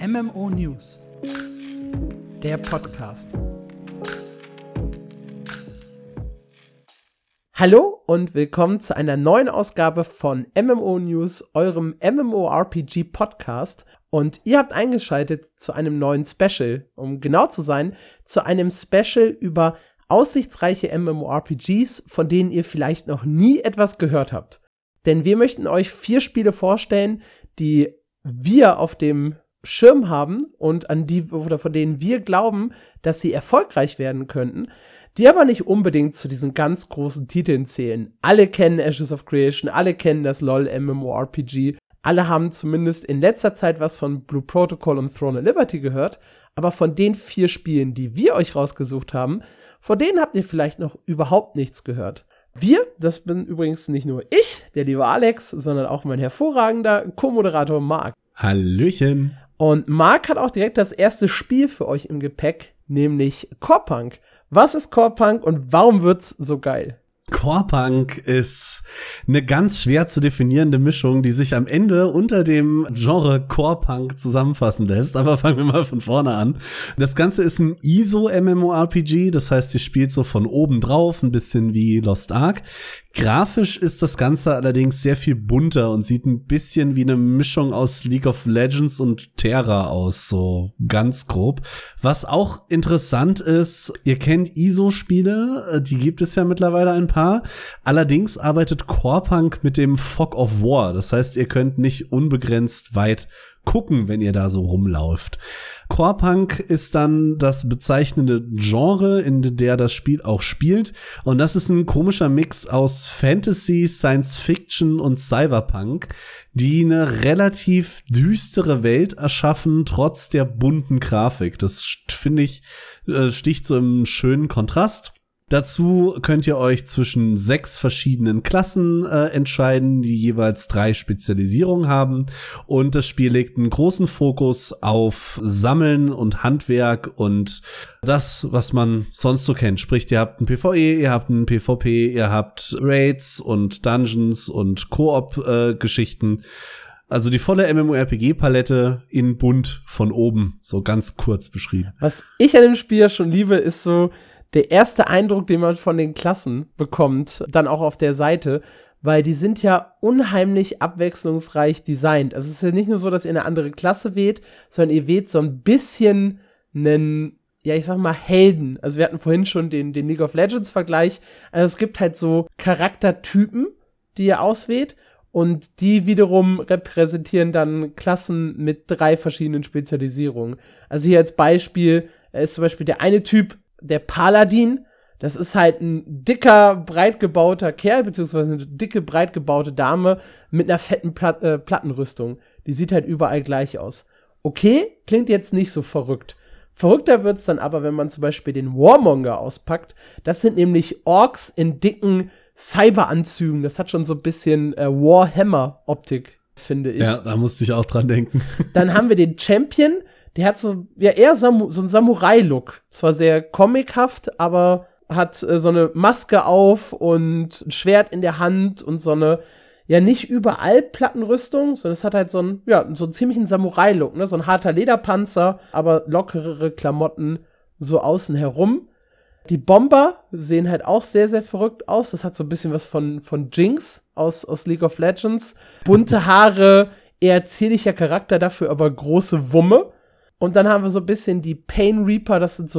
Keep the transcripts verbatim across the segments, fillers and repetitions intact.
M M O News, der Podcast. Hallo und willkommen zu einer neuen Ausgabe von M M O News, eurem MMORPG-Podcast. Und ihr habt eingeschaltet zu einem neuen Special, um genau zu sein, zu einem Special über aussichtsreiche MMORPGs, von denen ihr vielleicht noch nie etwas gehört habt. Denn wir möchten euch vier Spiele vorstellen, die wir auf dem Schirm haben und an die oder von denen wir glauben, dass sie erfolgreich werden könnten, die aber nicht unbedingt zu diesen ganz großen Titeln zählen. Alle kennen Ashes of Creation, alle kennen das LoL MMORPG, alle haben zumindest in letzter Zeit was von Blue Protocol und Throne of Liberty gehört, aber von den vier Spielen, die wir euch rausgesucht haben, von denen habt ihr vielleicht noch überhaupt nichts gehört. Wir, das bin übrigens nicht nur ich, der liebe Alex, sondern auch mein hervorragender Co-Moderator Marc. Hallöchen. Und Marc hat auch direkt das erste Spiel für euch im Gepäck, nämlich Core Punk. Was ist Core Punk und warum wird's so geil? Core Punk ist eine ganz schwer zu definierende Mischung, die sich am Ende unter dem Genre Core Punk zusammenfassen lässt. Aber fangen wir mal von vorne an. Das Ganze ist ein I S O-MMORPG, das heißt, ihr spielt so von oben drauf, ein bisschen wie Lost Ark. Grafisch ist das Ganze allerdings sehr viel bunter und sieht ein bisschen wie eine Mischung aus League of Legends und Terra aus, so ganz grob. Was auch interessant ist, ihr kennt I S O-Spiele, die gibt es ja mittlerweile ein paar. Allerdings arbeitet Core Punk mit dem Fog of War. Das heißt, ihr könnt nicht unbegrenzt weit gucken, wenn ihr da so rumlauft. Core Punk ist dann das bezeichnende Genre, in der das Spiel auch spielt. Und das ist ein komischer Mix aus Fantasy, Science Fiction und Cyberpunk, die eine relativ düstere Welt erschaffen, trotz der bunten Grafik. Das, finde ich, sticht so im schönen Kontrast. Dazu könnt ihr euch zwischen sechs verschiedenen Klassen äh, entscheiden, die jeweils drei Spezialisierungen haben. Und das Spiel legt einen großen Fokus auf Sammeln und Handwerk und das, was man sonst so kennt. Sprich, ihr habt ein PvE, ihr habt ein PvP, ihr habt Raids und Dungeons und Koop-Geschichten. Äh, also die volle MMORPG-Palette in bunt von oben, so ganz kurz beschrieben. Was ich an dem Spiel schon liebe, ist so der erste Eindruck, den man von den Klassen bekommt, dann auch auf der Seite, weil die sind ja unheimlich abwechslungsreich designt. Also es ist ja nicht nur so, dass ihr eine andere Klasse wählt, sondern ihr wählt so ein bisschen einen, ja, ich sag mal, Helden. Also wir hatten vorhin schon den, den League of Legends Vergleich. Also es gibt halt so Charaktertypen, die ihr auswählt und die wiederum repräsentieren dann Klassen mit drei verschiedenen Spezialisierungen. Also hier als Beispiel ist zum Beispiel der eine Typ, der Paladin, das ist halt ein dicker, breit gebauter Kerl, beziehungsweise eine dicke, breit gebaute Dame mit einer fetten Plat- äh, Plattenrüstung. Die sieht halt überall gleich aus. Okay, klingt jetzt nicht so verrückt. Verrückter wird's dann aber, wenn man zum Beispiel den Warmonger auspackt. Das sind nämlich Orks in dicken Cyberanzügen. Das hat schon so ein bisschen äh, Warhammer-Optik, finde ich. Ja, da musste ich auch dran denken. Dann haben wir den Champion. Der hat so, ja, eher Samu- so einen Samurai-Look. Zwar sehr comichaft, aber hat äh, so eine Maske auf und ein Schwert in der Hand und so eine, ja, nicht überall Plattenrüstung, sondern es hat halt so einen, ja, so einen ziemlichen Samurai-Look, ne? So ein harter Lederpanzer, aber lockerere Klamotten so außen herum. Die Bomber sehen halt auch sehr, sehr verrückt aus. Das hat so ein bisschen was von, von Jinx aus, aus League of Legends. Bunte Haare, eher zierlicher Charakter, dafür aber große Wumme. Und dann haben wir so ein bisschen die Pain Reaper, das sind so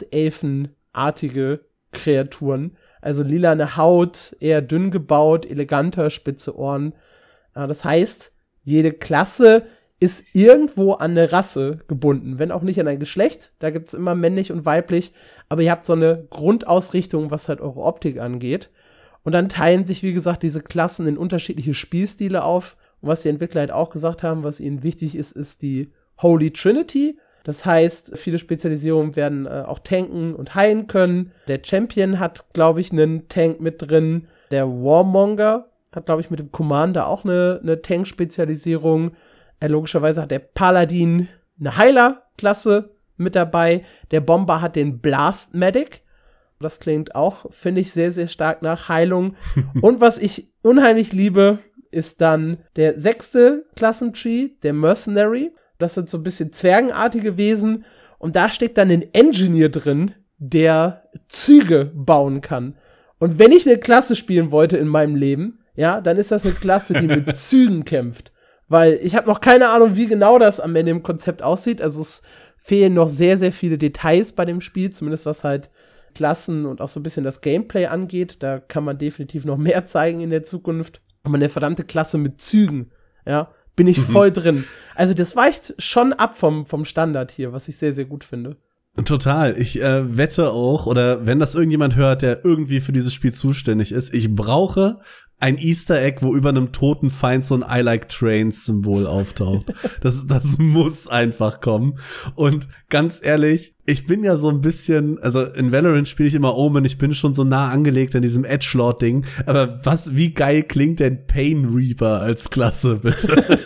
Nachtelfenartige Kreaturen. Also lilane Haut, eher dünn gebaut, eleganter, spitze Ohren. Das heißt, jede Klasse ist irgendwo an eine Rasse gebunden, wenn auch nicht an ein Geschlecht. Da gibt's immer männlich und weiblich. Aber ihr habt so eine Grundausrichtung, was halt eure Optik angeht. Und dann teilen sich, wie gesagt, diese Klassen in unterschiedliche Spielstile auf. Und was die Entwickler halt auch gesagt haben, was ihnen wichtig ist, ist die Holy Trinity. Das heißt, viele Spezialisierungen werden äh, auch tanken und heilen können. Der Champion hat, glaube ich, einen Tank mit drin. Der Warmonger hat, glaube ich, mit dem Commander auch eine, eine Tank-Spezialisierung. Äh, logischerweise hat der Paladin eine Heiler-Klasse mit dabei. Der Bomber hat den Blast Medic. Das klingt auch, finde ich, sehr, sehr stark nach Heilung. Und was ich unheimlich liebe, ist dann der sechste Klassentree, der Mercenary. Das sind so ein bisschen zwergenartige Wesen. Und da steckt dann ein Engineer drin, der Züge bauen kann. Und wenn ich eine Klasse spielen wollte in meinem Leben, ja, dann ist das eine Klasse, die mit Zügen kämpft. Weil ich habe noch keine Ahnung, wie genau das am Ende im Konzept aussieht. Also es fehlen noch sehr, sehr viele Details bei dem Spiel, zumindest was halt Klassen und auch so ein bisschen das Gameplay angeht. Da kann man definitiv noch mehr zeigen in der Zukunft. Aber eine verdammte Klasse mit Zügen, ja, bin ich voll drin. Also das weicht schon ab vom, vom Standard hier, was ich sehr, sehr gut finde. Total. Ich äh, wette auch, oder wenn das irgendjemand hört, der irgendwie für dieses Spiel zuständig ist, ich brauche ein Easter Egg, wo über einem toten Feind so ein I Like Trains Symbol auftaucht. Das, das muss einfach kommen. Und ganz ehrlich, ich bin ja so ein bisschen, also in Valorant spiele ich immer Omen, ich bin schon so nah angelegt an diesem Edgelord-Ding. Aber was, wie geil klingt denn Pain Reaper als Klasse, bitte?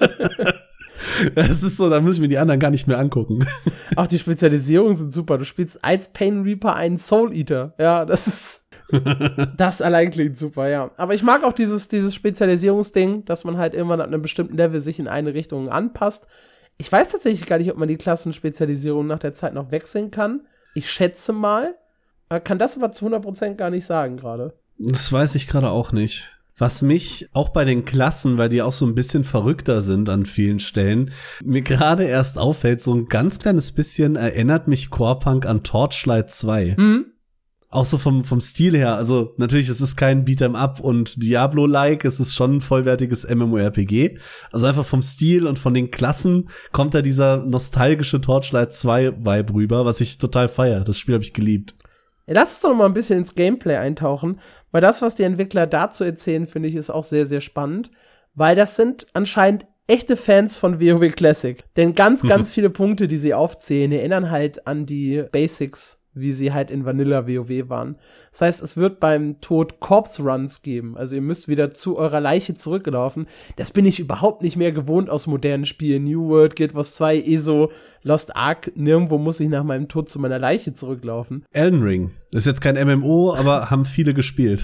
Das ist so, da muss ich mir die anderen gar nicht mehr angucken. Auch die Spezialisierungen sind super. Du spielst als Pain Reaper einen Soul Eater. Ja, das ist das allein klingt super, ja. Aber ich mag auch dieses, dieses Spezialisierungsding, dass man halt irgendwann ab einem bestimmten Level sich in eine Richtung anpasst. Ich weiß tatsächlich gar nicht, ob man die Klassenspezialisierung nach der Zeit noch wechseln kann. Ich schätze mal. Kann das aber zu hundert Prozent gar nicht sagen gerade. Das weiß ich gerade auch nicht. Was mich auch bei den Klassen, weil die auch so ein bisschen verrückter sind an vielen Stellen, mir gerade erst auffällt, so ein ganz kleines bisschen erinnert mich Corepunk an Torchlight zwei. Mhm. Auch so vom, vom Stil her, also natürlich, es ist kein Beat'em-up und Diablo-like, es ist schon ein vollwertiges MMORPG. Also einfach vom Stil und von den Klassen kommt da dieser nostalgische Torchlight zwei Vibe rüber, was ich total feiere. Das Spiel habe ich geliebt. Ja, lass uns doch noch mal ein bisschen ins Gameplay eintauchen, weil das, was die Entwickler dazu erzählen, finde ich, ist auch sehr, sehr spannend, weil das sind anscheinend echte Fans von WoW Classic. Denn ganz, ganz viele Punkte, die sie aufzählen, erinnern halt an die Basics, wie sie halt in Vanilla WoW waren. Das heißt, es wird beim Tod Corpse Runs geben. Also ihr müsst wieder zu eurer Leiche zurücklaufen. Das bin ich überhaupt nicht mehr gewohnt aus modernen Spielen. New World, Guild Wars zwei, E S O, Lost Ark. Nirgendwo muss ich nach meinem Tod zu meiner Leiche zurücklaufen. Elden Ring. Ist jetzt kein M M O, aber haben viele gespielt.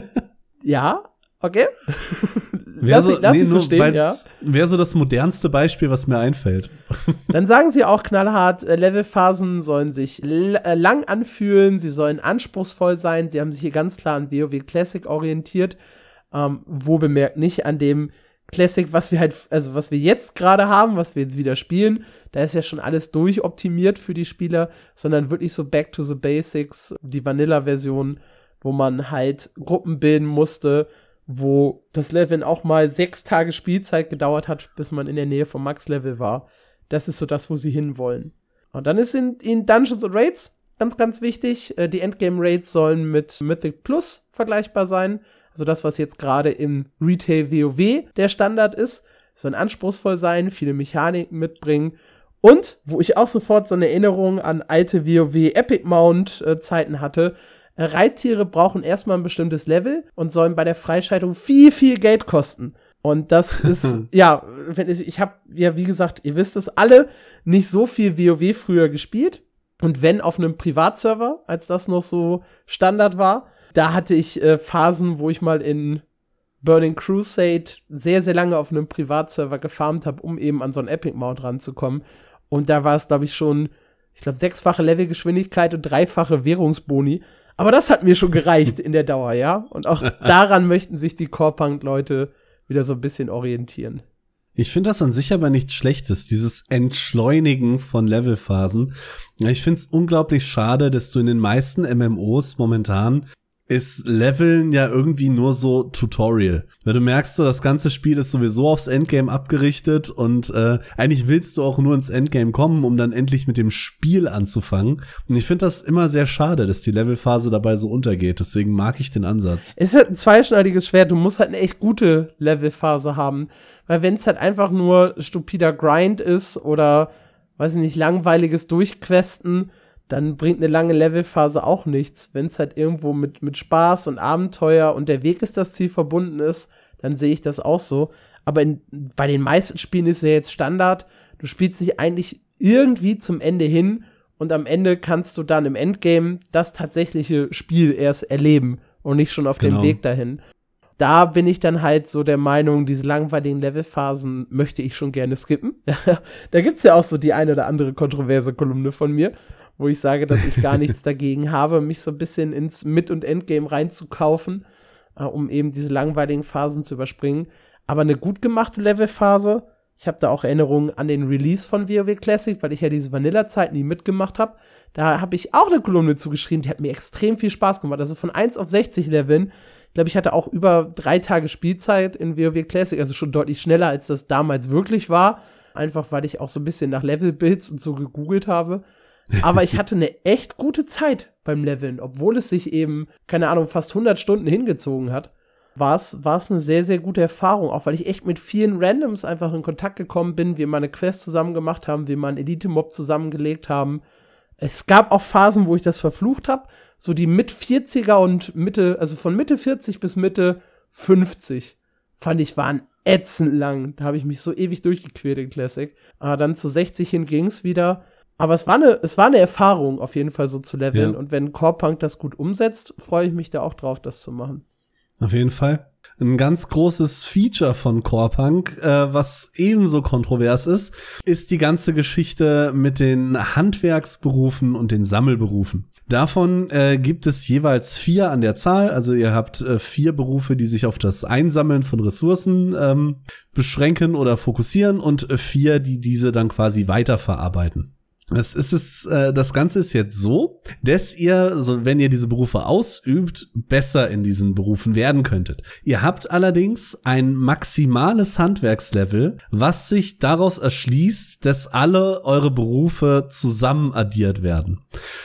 Ja, okay. Wäre so, lass nee, ich so stehen, ja. Wäre so das modernste Beispiel, was mir einfällt. Dann sagen sie auch knallhart, äh, Levelphasen sollen sich l- äh, lang anfühlen, sie sollen anspruchsvoll sein, sie haben sich hier ganz klar an WoW Classic orientiert, ähm, wo bemerkt nicht an dem Classic, was wir halt, also was wir jetzt gerade haben, was wir jetzt wieder spielen, da ist ja schon alles durchoptimiert für die Spieler, sondern wirklich so back to the basics, die Vanilla-Version, wo man halt Gruppen bilden musste, wo das Leveln auch mal sechs Tage Spielzeit gedauert hat, bis man in der Nähe vom Max-Level war. Das ist so das, wo sie hinwollen. Und dann ist in, in Dungeons und Raids ganz, ganz wichtig. Äh, die Endgame-Raids sollen mit Mythic Plus vergleichbar sein. Also das, was jetzt gerade im Retail WoW der Standard ist. Sollen anspruchsvoll sein, viele Mechaniken mitbringen. Und, wo ich auch sofort so eine Erinnerung an alte WoW Epic Mount äh, Zeiten hatte, Reittiere brauchen erstmal ein bestimmtes Level und sollen bei der Freischaltung viel, viel Geld kosten. Und das ist, ja, wenn ich, ich habe ja, wie gesagt, ihr wisst es alle, nicht so viel WoW früher gespielt. Und wenn auf einem Privatserver, als das noch so Standard war, da hatte ich äh, Phasen, wo ich mal in Burning Crusade sehr, sehr lange auf einem Privatserver gefarmt habe, um eben an so einen Epic Mount ranzukommen. Und da war es, glaube ich, schon, ich glaube, sechsfache Levelgeschwindigkeit und dreifache Währungsboni. Aber das hat mir schon gereicht in der Dauer, ja. Und auch daran möchten sich die Corepunk-Leute wieder so ein bisschen orientieren. Ich finde das an sich aber nichts Schlechtes, dieses Entschleunigen von Levelphasen. Ich finde es unglaublich schade, dass du in den meisten M M Os momentan ist Leveln ja irgendwie nur so Tutorial. Weil du merkst, so das ganze Spiel ist sowieso aufs Endgame abgerichtet und äh, eigentlich willst du auch nur ins Endgame kommen, um dann endlich mit dem Spiel anzufangen. Und ich finde das immer sehr schade, dass die Levelphase dabei so untergeht. Deswegen mag ich den Ansatz. Es ist halt ein zweischneidiges Schwert. Du musst halt eine echt gute Levelphase haben. Weil wenn es halt einfach nur stupider Grind ist oder, weiß ich nicht, langweiliges Durchquesten, dann bringt eine lange Levelphase auch nichts. Wenn es halt irgendwo mit, mit Spaß und Abenteuer und der Weg ist das Ziel verbunden ist, dann sehe ich das auch so. Aber in, bei den meisten Spielen ist ja jetzt Standard, du spielst dich eigentlich irgendwie zum Ende hin und am Ende kannst du dann im Endgame das tatsächliche Spiel erst erleben und nicht schon auf genau. dem Weg dahin. da bin ich dann halt so der Meinung, diese langweiligen Levelphasen möchte ich schon gerne skippen. Da gibt's ja auch so die eine oder andere kontroverse Kolumne von mir, wo ich sage, dass ich gar nichts dagegen habe, mich so ein bisschen ins Mid- und Endgame reinzukaufen, äh, um eben diese langweiligen Phasen zu überspringen. Aber eine gut gemachte Levelphase, ich habe da auch Erinnerungen an den Release von WoW Classic, weil ich ja diese Vanilla-Zeit nie mitgemacht habe. Da habe ich auch eine Kolumne zugeschrieben, die hat mir extrem viel Spaß gemacht. Also von eins auf sechzig Leveln. Ich glaube, ich hatte auch über drei Tage Spielzeit in WoW Classic, also schon deutlich schneller, als das damals wirklich war. Einfach, weil ich auch so ein bisschen nach Level-Builds und so gegoogelt habe. Aber ich hatte eine echt gute Zeit beim Leveln, obwohl es sich eben, keine Ahnung, fast hundert Stunden hingezogen hat. War es war es eine sehr, sehr gute Erfahrung, auch weil ich echt mit vielen Randoms einfach in Kontakt gekommen bin, wir mal eine Quest zusammen gemacht haben, wir mal einen Elite-Mob zusammengelegt haben. Es gab auch Phasen, wo ich das verflucht habe, so die Mit-vierziger und Mitte, also von Mitte vierzig bis Mitte fünfzig, fand ich, waren ätzend lang. Da habe ich mich so ewig durchgequält in Classic. Aber dann zu sechzig hin ging's wieder. Aber es war eine, es war eine Erfahrung, auf jeden Fall so zu leveln. Ja. Und wenn Corepunk das gut umsetzt, freue ich mich da auch drauf, das zu machen. Auf jeden Fall. Ein ganz großes Feature von Corepunk, äh, was ebenso kontrovers ist, ist die ganze Geschichte mit den Handwerksberufen und den Sammelberufen. Davon äh, gibt es jeweils vier an der Zahl. Also ihr habt äh, vier Berufe, die sich auf das Einsammeln von Ressourcen ähm, beschränken oder fokussieren und äh, vier, die diese dann quasi weiterverarbeiten. Das ist es, äh, das Ganze ist jetzt so, dass ihr, so wenn ihr diese Berufe ausübt, besser in diesen Berufen werden könntet. Ihr habt allerdings ein maximales Handwerkslevel, was sich daraus erschließt, dass alle eure Berufe zusammen addiert werden.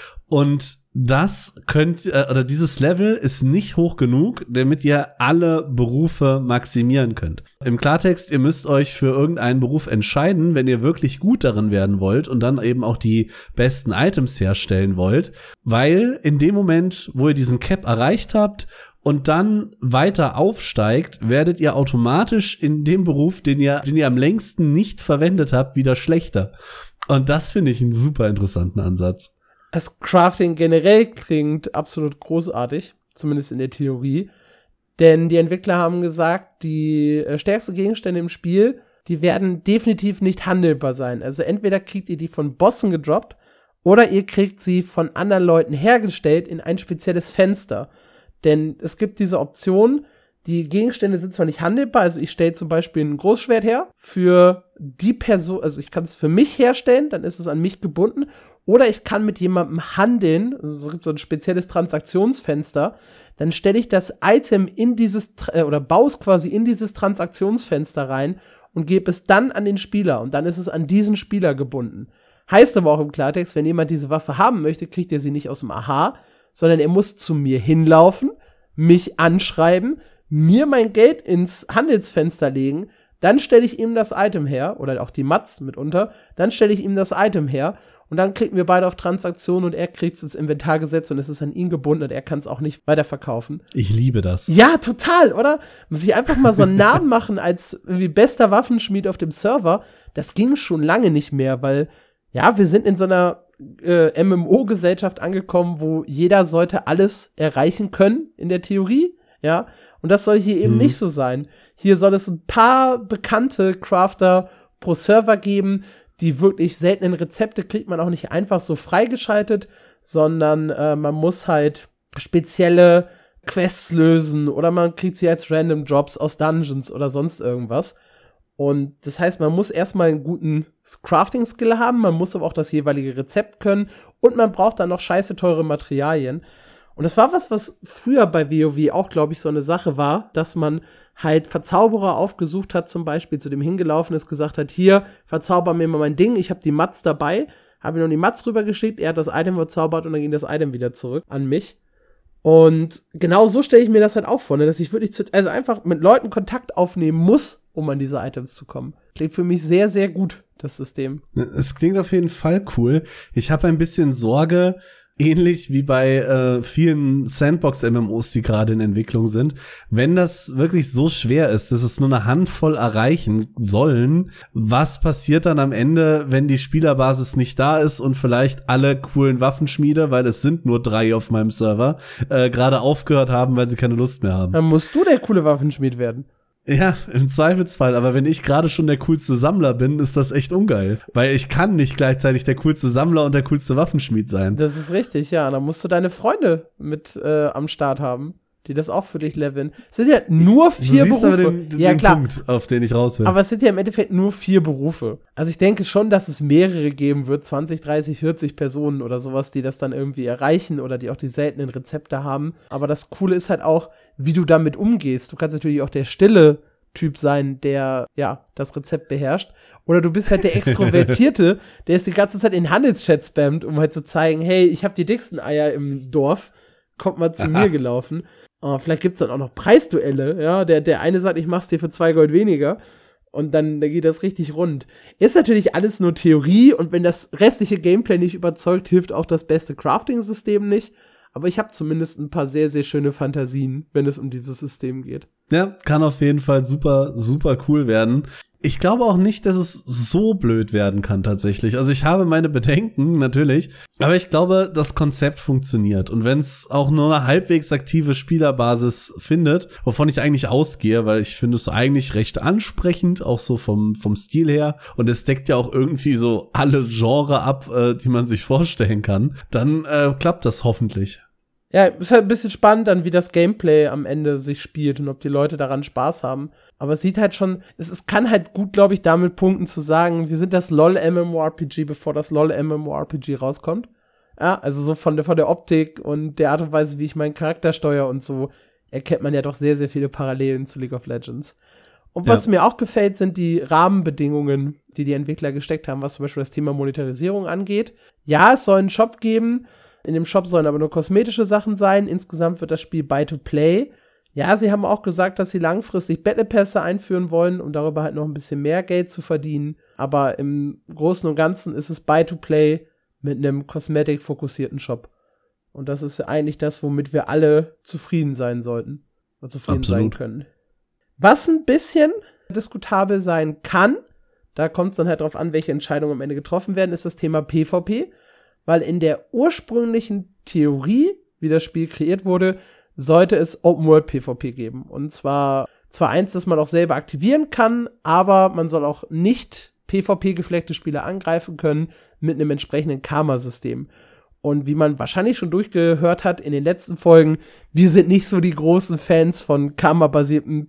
Und das könnt, äh, oder dieses Level ist nicht hoch genug, damit ihr alle Berufe maximieren könnt. Im Klartext, ihr müsst euch für irgendeinen Beruf entscheiden, wenn ihr wirklich gut darin werden wollt und dann eben auch die besten Items herstellen wollt, weil in dem Moment, wo ihr diesen Cap erreicht habt und dann weiter aufsteigt, werdet ihr automatisch in dem Beruf, den ihr, den ihr am längsten nicht verwendet habt, wieder schlechter. Und das finde ich einen super interessanten Ansatz. Das Crafting generell klingt absolut großartig, zumindest in der Theorie. Denn die Entwickler haben gesagt, die äh, stärksten Gegenstände im Spiel, die werden definitiv nicht handelbar sein. Also entweder kriegt ihr die von Bossen gedroppt oder ihr kriegt sie von anderen Leuten hergestellt in ein spezielles Fenster. Denn es gibt diese Option, die Gegenstände sind zwar nicht handelbar, also ich stelle zum Beispiel ein Großschwert her für die Person, also ich kann es für mich herstellen, dann ist es an mich gebunden. Oder ich kann mit jemandem handeln, also es gibt so ein spezielles Transaktionsfenster, dann stelle ich das Item in dieses, äh, oder baue es quasi in dieses Transaktionsfenster rein und gebe es dann an den Spieler und dann ist es an diesen Spieler gebunden. Heißt aber auch im Klartext, wenn jemand diese Waffe haben möchte, kriegt er sie nicht aus dem Aha, sondern er muss zu mir hinlaufen, mich anschreiben, mir mein Geld ins Handelsfenster legen, dann stelle ich ihm das Item her, oder auch die Mats mitunter, dann stelle ich ihm das Item her, und dann klicken wir beide auf Transaktion und er kriegt es ins Inventar gesetzt und es ist an ihn gebunden und er kann es auch nicht weiterverkaufen. Ich liebe das. Ja, total, oder? Muss ich einfach mal so einen Namen machen als wie bester Waffenschmied auf dem Server. Das ging schon lange nicht mehr, weil, ja, wir sind in so einer äh, M M O-Gesellschaft angekommen, wo jeder sollte alles erreichen können in der Theorie, ja. Und das soll hier eben hm. nicht so sein. Hier soll es ein paar bekannte Crafter pro Server geben. Die wirklich seltenen Rezepte kriegt man auch nicht einfach so freigeschaltet, sondern äh, man muss halt spezielle Quests lösen oder man kriegt sie als Random Drops aus Dungeons oder sonst irgendwas. Und das heißt, man muss erstmal einen guten Crafting-Skill haben, man muss aber auch das jeweilige Rezept können und man braucht dann noch scheiße teure Materialien. Und das war was, was früher bei WoW auch, glaube ich, so eine Sache war, dass man halt Verzauberer aufgesucht hat, zum Beispiel zu dem hingelaufen ist, gesagt hat, hier, verzauber mir mal mein Ding, ich habe die Mats dabei, habe ihm noch die Mats rübergeschickt, er hat das Item verzaubert und dann ging das Item wieder zurück an mich. Und genau so stelle ich mir das halt auch vor, ne, dass ich wirklich zu, also einfach mit Leuten Kontakt aufnehmen muss, um an diese Items zu kommen. Klingt für mich sehr, sehr gut, das System. Es klingt auf jeden Fall cool. Ich habe ein bisschen Sorge, ähnlich wie bei äh, vielen Sandbox-M M Os, die gerade in Entwicklung sind, wenn das wirklich so schwer ist, dass es nur eine Handvoll erreichen sollen, was passiert dann am Ende, wenn die Spielerbasis nicht da ist und vielleicht alle coolen Waffenschmiede, weil es sind nur drei auf meinem Server, äh, gerade aufgehört haben, weil sie keine Lust mehr haben. Dann musst du der coole Waffenschmied werden. Ja, im Zweifelsfall. Aber wenn ich gerade schon der coolste Sammler bin, ist das echt ungeil. Weil ich kann nicht gleichzeitig der coolste Sammler und der coolste Waffenschmied sein. Das ist richtig, ja. Dann musst du deine Freunde mit äh, am Start haben, die das auch für dich leveln. Es sind ja nur vier du siehst Berufe. Aber den, den, ja, den klar. Punkt, auf den ich raus will. Aber es sind ja im Endeffekt nur vier Berufe. Also ich denke schon, dass es mehrere geben wird, zwanzig, dreißig, vierzig Personen oder sowas, die das dann irgendwie erreichen oder die auch die seltenen Rezepte haben. Aber das Coole ist halt auch, wie du damit umgehst. Du kannst natürlich auch der stille Typ sein, der, ja, das Rezept beherrscht. Oder du bist halt der Extrovertierte, der es die ganze Zeit in Handelschat spammt, um halt zu zeigen, hey, ich habe die dicksten Eier im Dorf, kommt mal zu mir gelaufen. Oh, vielleicht gibt's dann auch noch Preisduelle, ja, der, der eine sagt, ich mach's dir für zwei Gold weniger. Und dann, dann geht das richtig rund. Ist natürlich alles nur Theorie und wenn das restliche Gameplay nicht überzeugt, hilft auch das beste Crafting-System nicht. Aber ich habe zumindest ein paar sehr, sehr schöne Fantasien, wenn es um dieses System geht. Ja, kann auf jeden Fall super, super cool werden. Ich glaube auch nicht, dass es so blöd werden kann tatsächlich. Also ich habe meine Bedenken, natürlich. Aber ich glaube, das Konzept funktioniert. Und wenn es auch nur eine halbwegs aktive Spielerbasis findet, wovon ich eigentlich ausgehe, weil ich finde es eigentlich recht ansprechend, auch so vom, vom Stil her. Und es deckt ja auch irgendwie so alle Genre ab, äh, die man sich vorstellen kann. Dann äh, klappt das hoffentlich. Ja, ist halt ein bisschen spannend dann, wie das Gameplay am Ende sich spielt und ob die Leute daran Spaß haben. Aber es sieht halt schon, es, es kann halt gut, glaube ich, damit punkten zu sagen, wir sind das LOL-MMORPG, bevor das LOL-MMORPG rauskommt. Ja, also so von der, von der Optik und der Art und Weise, wie ich meinen Charakter steuere und so, erkennt man ja doch sehr, sehr viele Parallelen zu League of Legends. Und was ja. mir auch gefällt, sind die Rahmenbedingungen, die die Entwickler gesteckt haben, was zum Beispiel das Thema Monetarisierung angeht. Ja, es soll einen Shop geben. In dem Shop sollen aber nur kosmetische Sachen sein. Insgesamt wird das Spiel Buy-to-Play. Ja, sie haben auch gesagt, dass sie langfristig Battle Pässe einführen wollen, um darüber halt noch ein bisschen mehr Geld zu verdienen. Aber im Großen und Ganzen ist es Buy-to-Play mit einem Kosmetik-fokussierten Shop. Und das ist eigentlich das, womit wir alle zufrieden sein sollten. Oder zufrieden Absolut. sein können. Was ein bisschen diskutabel sein kann, da kommt es dann halt drauf an, welche Entscheidungen am Ende getroffen werden, ist das Thema PvP. Weil in der ursprünglichen Theorie, wie das Spiel kreiert wurde, sollte es Open-World-PvP geben. Und zwar, zwar eins, das man auch selber aktivieren kann, aber man soll auch nicht PvP-gefleckte Spieler angreifen können mit einem entsprechenden Karma-System. Und wie man wahrscheinlich schon durchgehört hat in den letzten Folgen, wir sind nicht so die großen Fans von Karma-basierten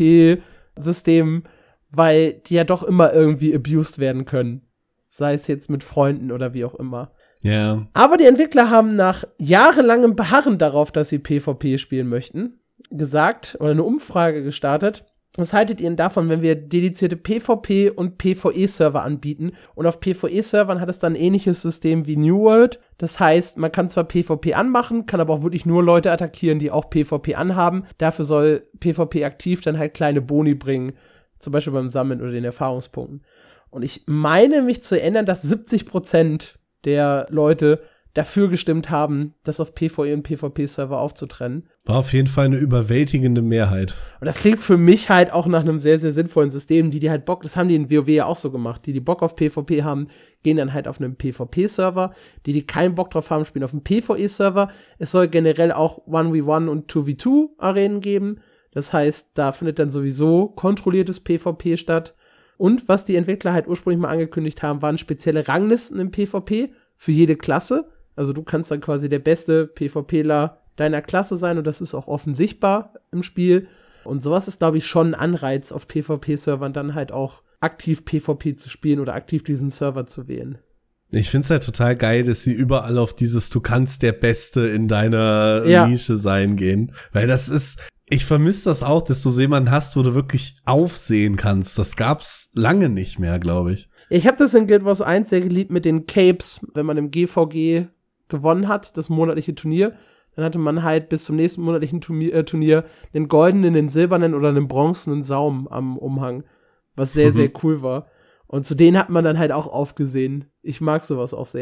PvP-Systemen, weil die ja doch immer irgendwie abused werden können. Sei es jetzt mit Freunden oder wie auch immer. Ja. Yeah. Aber die Entwickler haben nach jahrelangem Beharren darauf, dass sie PvP spielen möchten, gesagt oder eine Umfrage gestartet. Was haltet ihr denn davon, wenn wir dedizierte PvP- und PvE-Server anbieten? Und auf PvE-Servern hat es dann ein ähnliches System wie New World. Das heißt, man kann zwar PvP anmachen, kann aber auch wirklich nur Leute attackieren, die auch PvP anhaben. Dafür soll PvP aktiv dann halt kleine Boni bringen, zum Beispiel beim Sammeln oder den Erfahrungspunkten. Und ich meine mich zu erinnern, dass siebzig Prozent der Leute dafür gestimmt haben, das auf PvE und PvP-Server aufzutrennen. War auf jeden Fall eine überwältigende Mehrheit. Und das klingt für mich halt auch nach einem sehr, sehr sinnvollen System, die die halt Bock, das haben die in WoW ja auch so gemacht, die die Bock auf PvP haben, gehen dann halt auf einen PvP-Server, die die keinen Bock drauf haben, spielen auf einem PvE-Server. Es soll generell auch eins gegen eins und zwei gegen zwei Arenen geben. Das heißt, da findet dann sowieso kontrolliertes PvP statt. Und was die Entwickler halt ursprünglich mal angekündigt haben, waren spezielle Ranglisten im PvP für jede Klasse. Also du kannst dann quasi der beste PvPler deiner Klasse sein und das ist auch offen sichtbar im Spiel. Und sowas ist, glaube ich, schon ein Anreiz, auf PvP-Servern dann halt auch aktiv PvP zu spielen oder aktiv diesen Server zu wählen. Ich find's halt total geil, dass sie überall auf dieses Du kannst der Beste in deiner ja. Nische sein gehen. Weil das ist, ich vermisse das auch, dass du so jemanden hast, wo du wirklich aufsehen kannst. Das gab's lange nicht mehr, glaube ich. Ich habe das in Guild Wars eins sehr geliebt mit den Capes, wenn man im G V G gewonnen hat, das monatliche Turnier, dann hatte man halt bis zum nächsten monatlichen Turnier, äh, Turnier einen goldenen, einen silbernen oder einen bronzenen Saum am Umhang, was sehr, mhm. sehr cool war. Und zu denen hat man dann halt auch aufgesehen. Ich mag sowas auch sehr.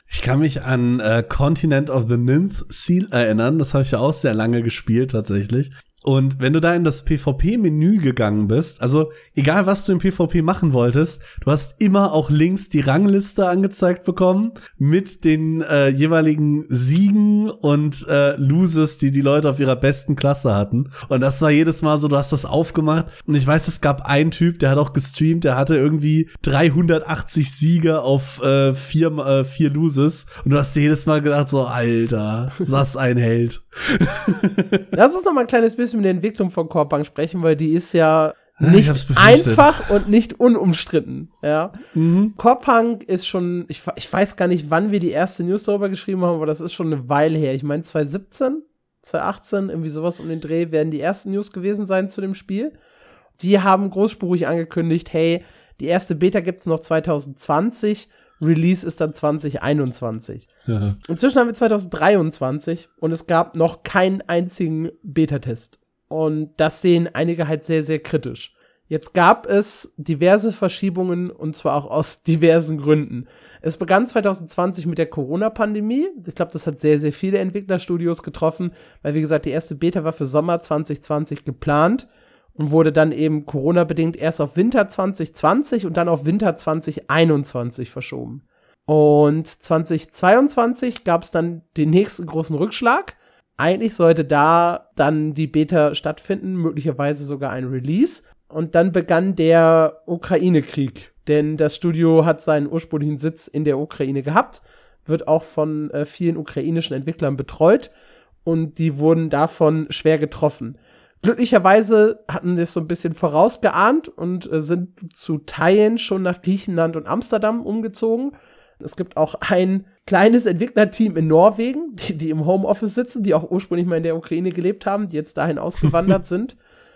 Ich kann mich an äh, Continent of the Ninth Seal erinnern. Das habe ich ja auch sehr lange gespielt tatsächlich. Und wenn du da in das PvP-Menü gegangen bist, also egal was du im PvP machen wolltest, du hast immer auch links die Rangliste angezeigt bekommen mit den äh, jeweiligen Siegen und äh, Loses, die die Leute auf ihrer besten Klasse hatten. Und das war jedes Mal so, du hast das aufgemacht. Und ich weiß, es gab einen Typ, der hat auch gestreamt, der hatte irgendwie dreihundertachtzig Siege auf äh, vier, äh, vier Loses. Und du hast dir jedes Mal gedacht so, Alter, was ein Held. Lass uns noch mal ein kleines bisschen mit der Entwicklung von Core-Punk sprechen, weil die ist ja nicht einfach und nicht unumstritten. Ja. Mhm. Core-Punk ist schon, ich, ich weiß gar nicht, wann wir die erste News darüber geschrieben haben, aber das ist schon eine Weile her. Ich meine zwanzig siebzehn, zwanzig achtzehn, irgendwie sowas um den Dreh werden die ersten News gewesen sein zu dem Spiel. Die haben großspurig angekündigt, hey, die erste Beta gibt's noch zwanzig zwanzig, Release ist dann zwanzig einundzwanzig. Ja. Inzwischen haben wir zwanzig dreiundzwanzig und es gab noch keinen einzigen Beta-Test. Und das sehen einige halt sehr, sehr kritisch. Jetzt gab es diverse Verschiebungen und zwar auch aus diversen Gründen. Es begann zwanzig zwanzig mit der Corona-Pandemie. Ich glaube, das hat sehr, sehr viele Entwicklerstudios getroffen, weil, wie gesagt, die erste Beta war für Sommer zwanzig zwanzig geplant und wurde dann eben Corona-bedingt erst auf Winter zwanzig zwanzig und dann auf Winter zwanzig einundzwanzig verschoben. Und zwanzig zweiundzwanzig gab es dann den nächsten großen Rückschlag. Eigentlich sollte da dann die Beta stattfinden, möglicherweise sogar ein Release. Und dann begann der Ukraine-Krieg, denn das Studio hat seinen ursprünglichen Sitz in der Ukraine gehabt, wird auch von äh, vielen ukrainischen Entwicklern betreut und die wurden davon schwer getroffen. Glücklicherweise hatten sie es so ein bisschen vorausgeahnt und äh, sind zu Teilen schon nach Griechenland und Amsterdam umgezogen. Es gibt auch ein kleines Entwicklerteam in Norwegen, die, die im Homeoffice sitzen, die auch ursprünglich mal in der Ukraine gelebt haben, die jetzt dahin ausgewandert sind.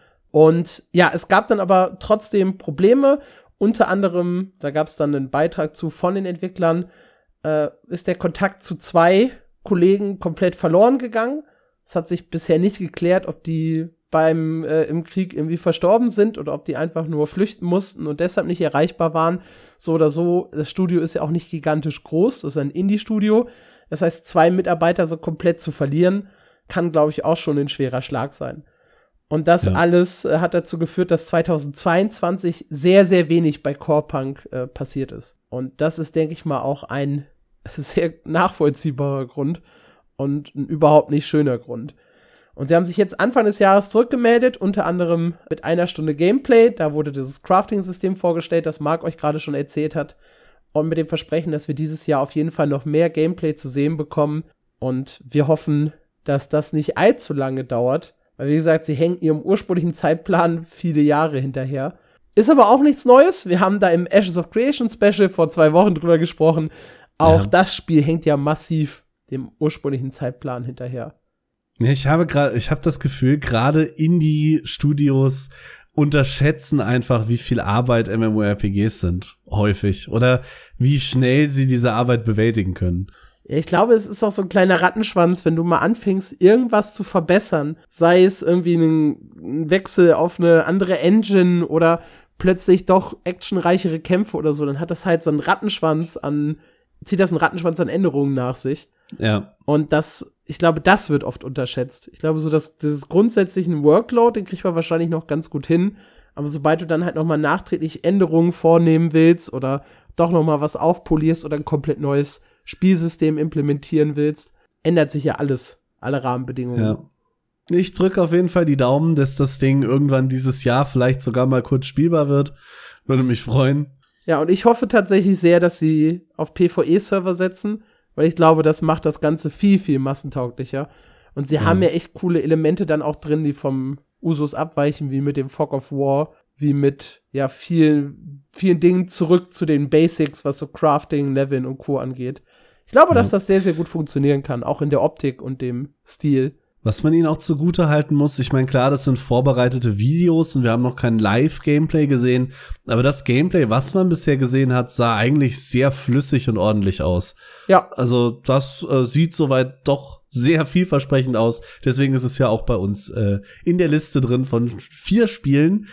Und ja, es gab dann aber trotzdem Probleme. Unter anderem, da gab es dann einen Beitrag zu von den Entwicklern, äh, ist der Kontakt zu zwei Kollegen komplett verloren gegangen. Es hat sich bisher nicht geklärt, ob die beim äh, im Krieg irgendwie verstorben sind oder ob die einfach nur flüchten mussten und deshalb nicht erreichbar waren. So oder so, das Studio ist ja auch nicht gigantisch groß, das ist ein Indie-Studio. Das heißt, zwei Mitarbeiter so komplett zu verlieren, kann, glaube ich, auch schon ein schwerer Schlag sein. Und das ja. alles äh, hat dazu geführt, dass zwanzig zweiundzwanzig sehr, sehr wenig bei Core-Punk äh, passiert ist. Und das ist, denke ich mal, auch ein sehr nachvollziehbarer Grund und ein überhaupt nicht schöner Grund. Und sie haben sich jetzt Anfang des Jahres zurückgemeldet, unter anderem mit einer Stunde Gameplay. Da wurde dieses Crafting-System vorgestellt, das Marc euch gerade schon erzählt hat. Und mit dem Versprechen, dass wir dieses Jahr auf jeden Fall noch mehr Gameplay zu sehen bekommen. Und wir hoffen, dass das nicht allzu lange dauert. Weil, wie gesagt, sie hängen ihrem ursprünglichen Zeitplan viele Jahre hinterher. Ist aber auch nichts Neues. Wir haben da im Ashes of Creation Special vor zwei Wochen drüber gesprochen. Auch ja. das Spiel hängt ja massiv dem ursprünglichen Zeitplan hinterher. Ich habe gerade, ich habe das Gefühl, gerade Indie-Studios unterschätzen einfach, wie viel Arbeit MMORPGs sind, häufig. Oder wie schnell sie diese Arbeit bewältigen können. Ja, ich glaube, es ist auch so ein kleiner Rattenschwanz, wenn du mal anfängst, irgendwas zu verbessern. Sei es irgendwie ein Wechsel auf eine andere Engine oder plötzlich doch actionreichere Kämpfe oder so, dann hat das halt so einen Rattenschwanz an, zieht das einen Rattenschwanz an Änderungen nach sich. Ja. Und das, ich glaube, das wird oft unterschätzt. Ich glaube, so dass dieses grundsätzlichen Workload, den kriegt man wahrscheinlich noch ganz gut hin. Aber sobald du dann halt noch mal nachträglich Änderungen vornehmen willst oder doch noch mal was aufpolierst oder ein komplett neues Spielsystem implementieren willst, ändert sich ja alles, alle Rahmenbedingungen. Ja. Ich drücke auf jeden Fall die Daumen, dass das Ding irgendwann dieses Jahr vielleicht sogar mal kurz spielbar wird. Würde mich freuen. Ja, und ich hoffe tatsächlich sehr, dass sie auf PvE-Server setzen, weil ich glaube, das macht das Ganze viel, viel massentauglicher. Und sie ja. haben ja echt coole Elemente dann auch drin, die vom Usus abweichen, wie mit dem Fog of War, wie mit, ja, vielen, vielen Dingen zurück zu den Basics, was so Crafting, Leveln und Co. angeht. Ich glaube, ja. dass das sehr, sehr gut funktionieren kann, auch in der Optik und dem Stil. Was man ihnen auch zugute halten muss, ich meine, klar, das sind vorbereitete Videos und wir haben noch kein Live-Gameplay gesehen, aber das Gameplay, was man bisher gesehen hat, sah eigentlich sehr flüssig und ordentlich aus. Ja. Also das äh, sieht soweit doch sehr vielversprechend aus, deswegen ist es ja auch bei uns äh, in der Liste drin von vier Spielen,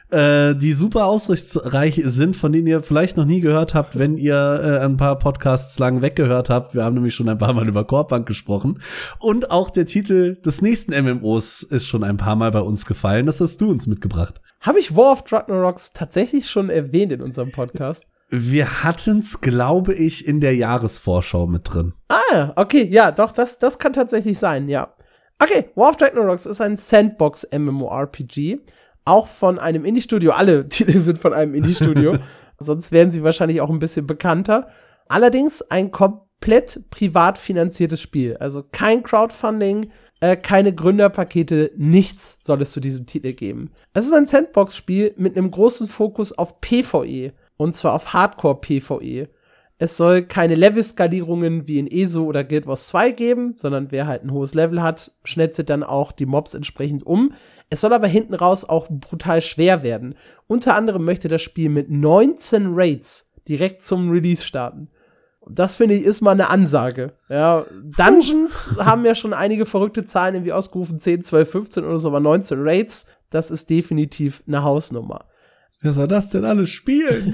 äh, die super aussichtsreich sind, von denen ihr vielleicht noch nie gehört habt, wenn ihr äh, ein paar Podcasts lang weggehört habt. Wir haben nämlich schon ein paar Mal über Core-Punk gesprochen. Und auch der Titel des nächsten M M Os ist schon ein paar Mal bei uns gefallen. Das hast du uns mitgebracht. Habe ich War of Ragnaroks tatsächlich schon erwähnt in unserem Podcast? Wir hatten's, glaube ich, in der Jahresvorschau mit drin. Ah, okay, ja, doch, das, das kann tatsächlich sein, ja. Okay, War of Ragnaroks ist ein Sandbox-MMORPG, auch von einem Indie-Studio. Alle Titel sind von einem Indie-Studio, sonst wären sie wahrscheinlich auch ein bisschen bekannter. Allerdings ein komplett privat finanziertes Spiel, also kein Crowdfunding, äh, keine Gründerpakete, nichts soll es zu diesem Titel geben. Es ist ein Sandbox-Spiel mit einem großen Fokus auf PvE. Und zwar auf Hardcore-PvE. Es soll keine Level-Skalierungen wie in E S O oder Guild Wars zwei geben, sondern wer halt ein hohes Level hat, schnetzelt dann auch die Mobs entsprechend um. Es soll aber hinten raus auch brutal schwer werden. Unter anderem möchte das Spiel mit neunzehn Raids direkt zum Release starten. Das, finde ich, ist mal eine Ansage. Ja, Dungeons haben ja schon einige verrückte Zahlen irgendwie ausgerufen, zehn, zwölf, fünfzehn oder so, aber neunzehn Raids, das ist definitiv eine Hausnummer. Wer soll das denn alles spielen?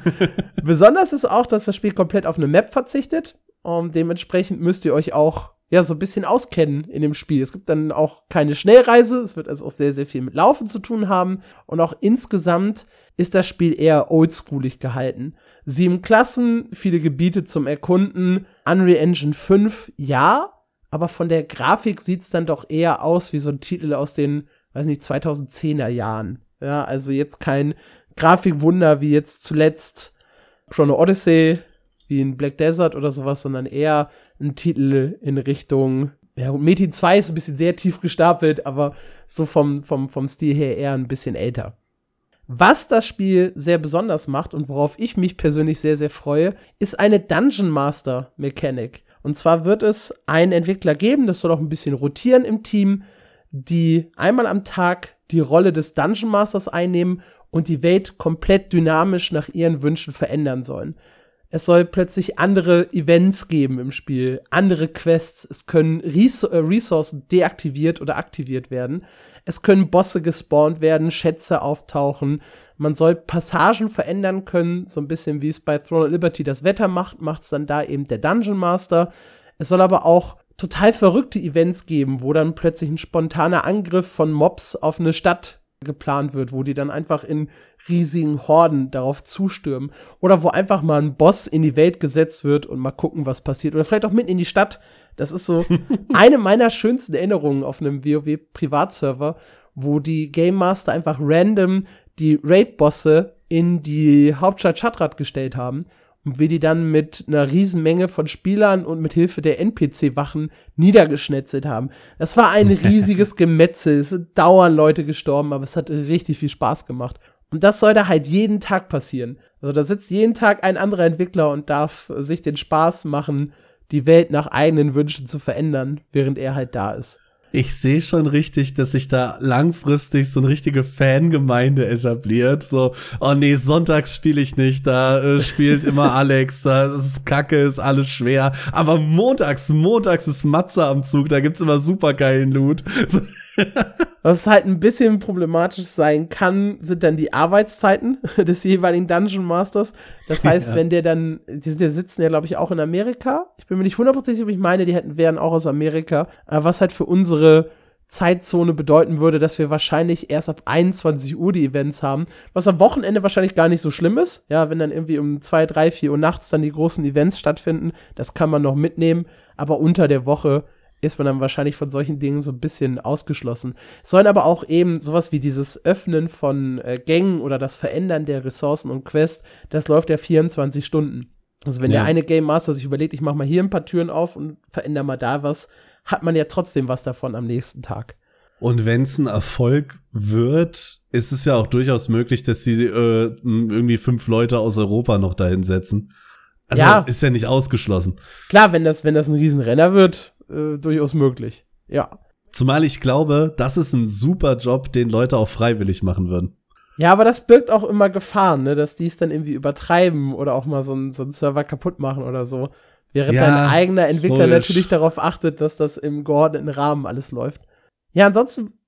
Besonders ist auch, dass das Spiel komplett auf eine Map verzichtet. Und dementsprechend müsst ihr euch auch ja so ein bisschen auskennen in dem Spiel. Es gibt dann auch keine Schnellreise. Es wird also auch sehr, sehr viel mit Laufen zu tun haben. Und auch insgesamt ist das Spiel eher oldschoolig gehalten. Sieben Klassen, viele Gebiete zum Erkunden. Unreal Engine fünf, ja. Aber von der Grafik sieht's dann doch eher aus wie so ein Titel aus den, weiß nicht, zweitausendzehner Jahren. Ja, also jetzt kein Grafikwunder wie jetzt zuletzt Chrono Odyssey, wie in Black Desert oder sowas, sondern eher ein Titel in Richtung, ja, Metin zwei ist ein bisschen sehr tief gestapelt, aber so vom, vom, vom Stil her eher ein bisschen älter. Was das Spiel sehr besonders macht und worauf ich mich persönlich sehr, sehr freue, ist eine Dungeon Master Mechanik. Und zwar wird es einen Entwickler geben, das soll auch ein bisschen rotieren im Team, die einmal am Tag die Rolle des Dungeon Masters einnehmen und die Welt komplett dynamisch nach ihren Wünschen verändern sollen. Es soll plötzlich andere Events geben im Spiel, andere Quests, es können Res- äh, Ressourcen deaktiviert oder aktiviert werden, es können Bosse gespawnt werden, Schätze auftauchen, man soll Passagen verändern können, so ein bisschen wie es bei Throne of Liberty das Wetter macht, macht es dann da eben der Dungeon Master. Es soll aber auch total verrückte Events geben, wo dann plötzlich ein spontaner Angriff von Mobs auf eine Stadt geplant wird, wo die dann einfach in riesigen Horden darauf zustürmen. Oder wo einfach mal ein Boss in die Welt gesetzt wird und mal gucken, was passiert. Oder vielleicht auch mitten in die Stadt. Das ist so eine meiner schönsten Erinnerungen auf einem WoW-Privatserver, wo die Game Master einfach random die Raid-Bosse in die Hauptstadt Shattrath gestellt haben. Und wir die dann mit einer riesen Menge von Spielern und mit Hilfe der N P C-Wachen niedergeschnetzelt haben. Das war ein riesiges Gemetzel. Es sind dauernd Leute gestorben, aber es hat richtig viel Spaß gemacht. Und das soll da halt jeden Tag passieren. Also da sitzt jeden Tag ein anderer Entwickler und darf sich den Spaß machen, die Welt nach eigenen Wünschen zu verändern, während er halt da ist. Ich sehe schon richtig, dass sich da langfristig so eine richtige Fangemeinde etabliert. So, oh nee, sonntags spiele ich nicht, da äh, spielt immer Alex, da ist Kacke, ist alles schwer. Aber montags, montags ist Matze am Zug, da gibt's immer super geilen Loot. So. Was halt ein bisschen problematisch sein kann, sind dann die Arbeitszeiten des jeweiligen Dungeon Masters. Das heißt, ja. wenn der dann, die, die sitzen ja, glaube ich, auch in Amerika. Ich bin mir nicht hundertprozentig sicher, ob ich meine, die hätten, wären auch aus Amerika. Was halt für unsere Zeitzone bedeuten würde, dass wir wahrscheinlich erst ab einundzwanzig Uhr die Events haben. Was am Wochenende wahrscheinlich gar nicht so schlimm ist. Ja, wenn dann irgendwie um zwei, drei, vier Uhr nachts dann die großen Events stattfinden, das kann man noch mitnehmen. Aber unter der Woche ist man dann wahrscheinlich von solchen Dingen so ein bisschen ausgeschlossen. Es sollen aber auch eben sowas wie dieses Öffnen von äh, Gängen oder das Verändern der Ressourcen und Quests, das läuft ja vierundzwanzig Stunden. Also wenn ja. der eine Game Master sich überlegt, ich mach mal hier ein paar Türen auf und verändere mal da was, hat man ja trotzdem was davon am nächsten Tag. Und wenn es ein Erfolg wird, ist es ja auch durchaus möglich, dass sie äh, irgendwie fünf Leute aus Europa noch dahin setzen. Also ja. ist ja nicht ausgeschlossen. Klar, wenn das, wenn das ein Riesenrenner wird, äh, durchaus möglich. Ja. Zumal ich glaube, das ist ein super Job, den Leute auch freiwillig machen würden. Ja, aber das birgt auch immer Gefahren, ne, dass die es dann irgendwie übertreiben oder auch mal so einen so einen Server kaputt machen oder so. Während ja, dein eigener Entwickler logisch. natürlich darauf achtet, dass das im geordneten Rahmen alles läuft. Ja, ansonsten,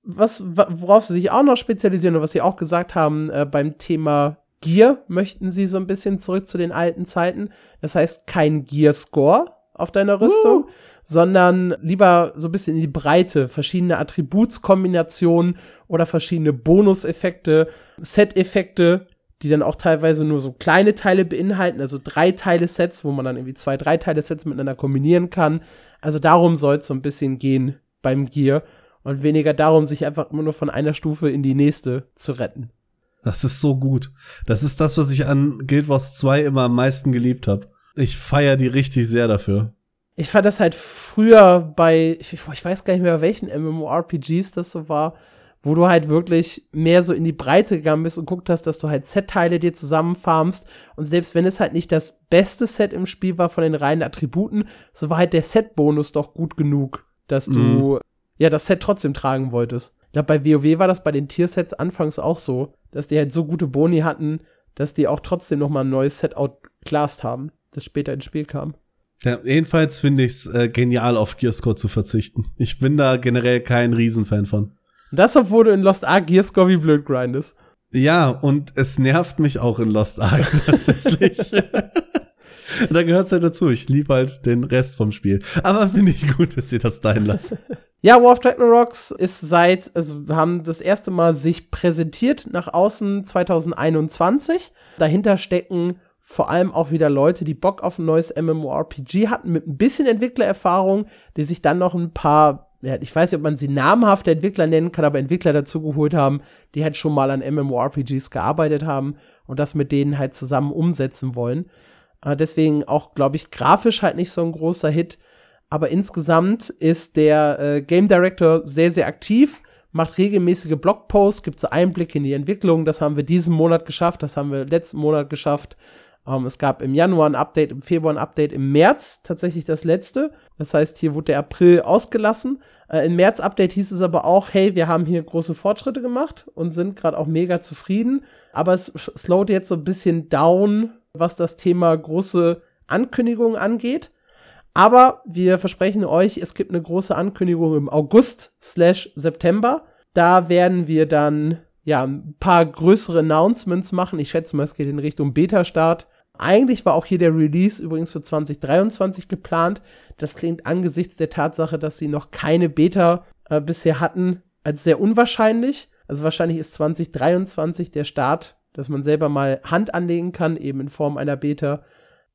was, worauf sie sich auch noch spezialisieren und was sie auch gesagt haben, äh, beim Thema Gear möchten sie so ein bisschen zurück zu den alten Zeiten. Das heißt, kein Gear-Score auf deiner Rüstung, uh. sondern lieber so ein bisschen in die Breite, verschiedene Attributskombinationen oder verschiedene Bonuseffekte, Set-Effekte, die dann auch teilweise nur so kleine Teile beinhalten, also Drei-Teile-Sets, wo man dann irgendwie zwei Drei-Teile-Sets miteinander kombinieren kann. Also darum soll es so ein bisschen gehen beim Gear und weniger darum, sich einfach immer nur von einer Stufe in die nächste zu retten. Das ist so gut. Das ist das, was ich an Guild Wars zwei immer am meisten geliebt habe. Ich feiere die richtig sehr dafür. Ich fand das halt früher bei, ich, ich weiß gar nicht mehr, welchen MMORPGs das so war, wo du halt wirklich mehr so in die Breite gegangen bist und guckt hast, dass du halt Set-Teile dir zusammenfarmst. Und selbst wenn es halt nicht das beste Set im Spiel war von den reinen Attributen, so war halt der Set-Bonus doch gut genug, dass du mhm. ja das Set trotzdem tragen wolltest. Ich glaube, bei WoW war das bei den Tier-Sets anfangs auch so, dass die halt so gute Boni hatten, dass die auch trotzdem noch mal ein neues Set outclassed haben, das später ins Spiel kam. Ja, jedenfalls finde ich es äh, genial, auf Gearscore zu verzichten. Ich bin da generell kein Riesenfan von. Das, obwohl du in Lost Ark Gearscore wie blöd grindest. Ja, und es nervt mich auch in Lost Ark tatsächlich. Da gehört's halt dazu. Ich liebe halt den Rest vom Spiel. Aber finde ich gut, dass sie das dahin lassen. Ja, War of Ragnaroks ist seit, also wir haben das erste Mal sich präsentiert nach außen zwanzig einundzwanzig. Dahinter stecken vor allem auch wieder Leute, die Bock auf ein neues MMORPG hatten, mit ein bisschen Entwicklererfahrung, die sich dann noch ein paar, ja, ich weiß nicht, ob man sie namhafte Entwickler nennen kann, aber Entwickler dazu geholt haben, die halt schon mal an MMORPGs gearbeitet haben und das mit denen halt zusammen umsetzen wollen. Äh, deswegen auch, glaube ich, grafisch halt nicht so ein großer Hit. Aber insgesamt ist der äh, Game Director sehr, sehr aktiv, macht regelmäßige Blogposts, gibt so Einblicke in die Entwicklung. Das haben wir diesen Monat geschafft, das haben wir letzten Monat geschafft. Um, es gab im Januar ein Update, im Februar ein Update, im März tatsächlich das letzte. Das heißt, hier wurde der April ausgelassen. Äh, Im März-Update hieß es aber auch, hey, wir haben hier große Fortschritte gemacht und sind gerade auch mega zufrieden. Aber es slowt jetzt so ein bisschen down, was das Thema große Ankündigungen angeht. Aber wir versprechen euch, es gibt eine große Ankündigung im August slash September. Da werden wir dann ja ein paar größere Announcements machen. Ich schätze mal, es geht in Richtung Beta-Start. Eigentlich war auch hier der Release übrigens für zwanzig dreiundzwanzig geplant. Das klingt angesichts der Tatsache, dass sie noch keine Beta äh, bisher hatten, als sehr unwahrscheinlich. Also wahrscheinlich ist zwanzig dreiundzwanzig der Start, dass man selber mal Hand anlegen kann, eben in Form einer Beta.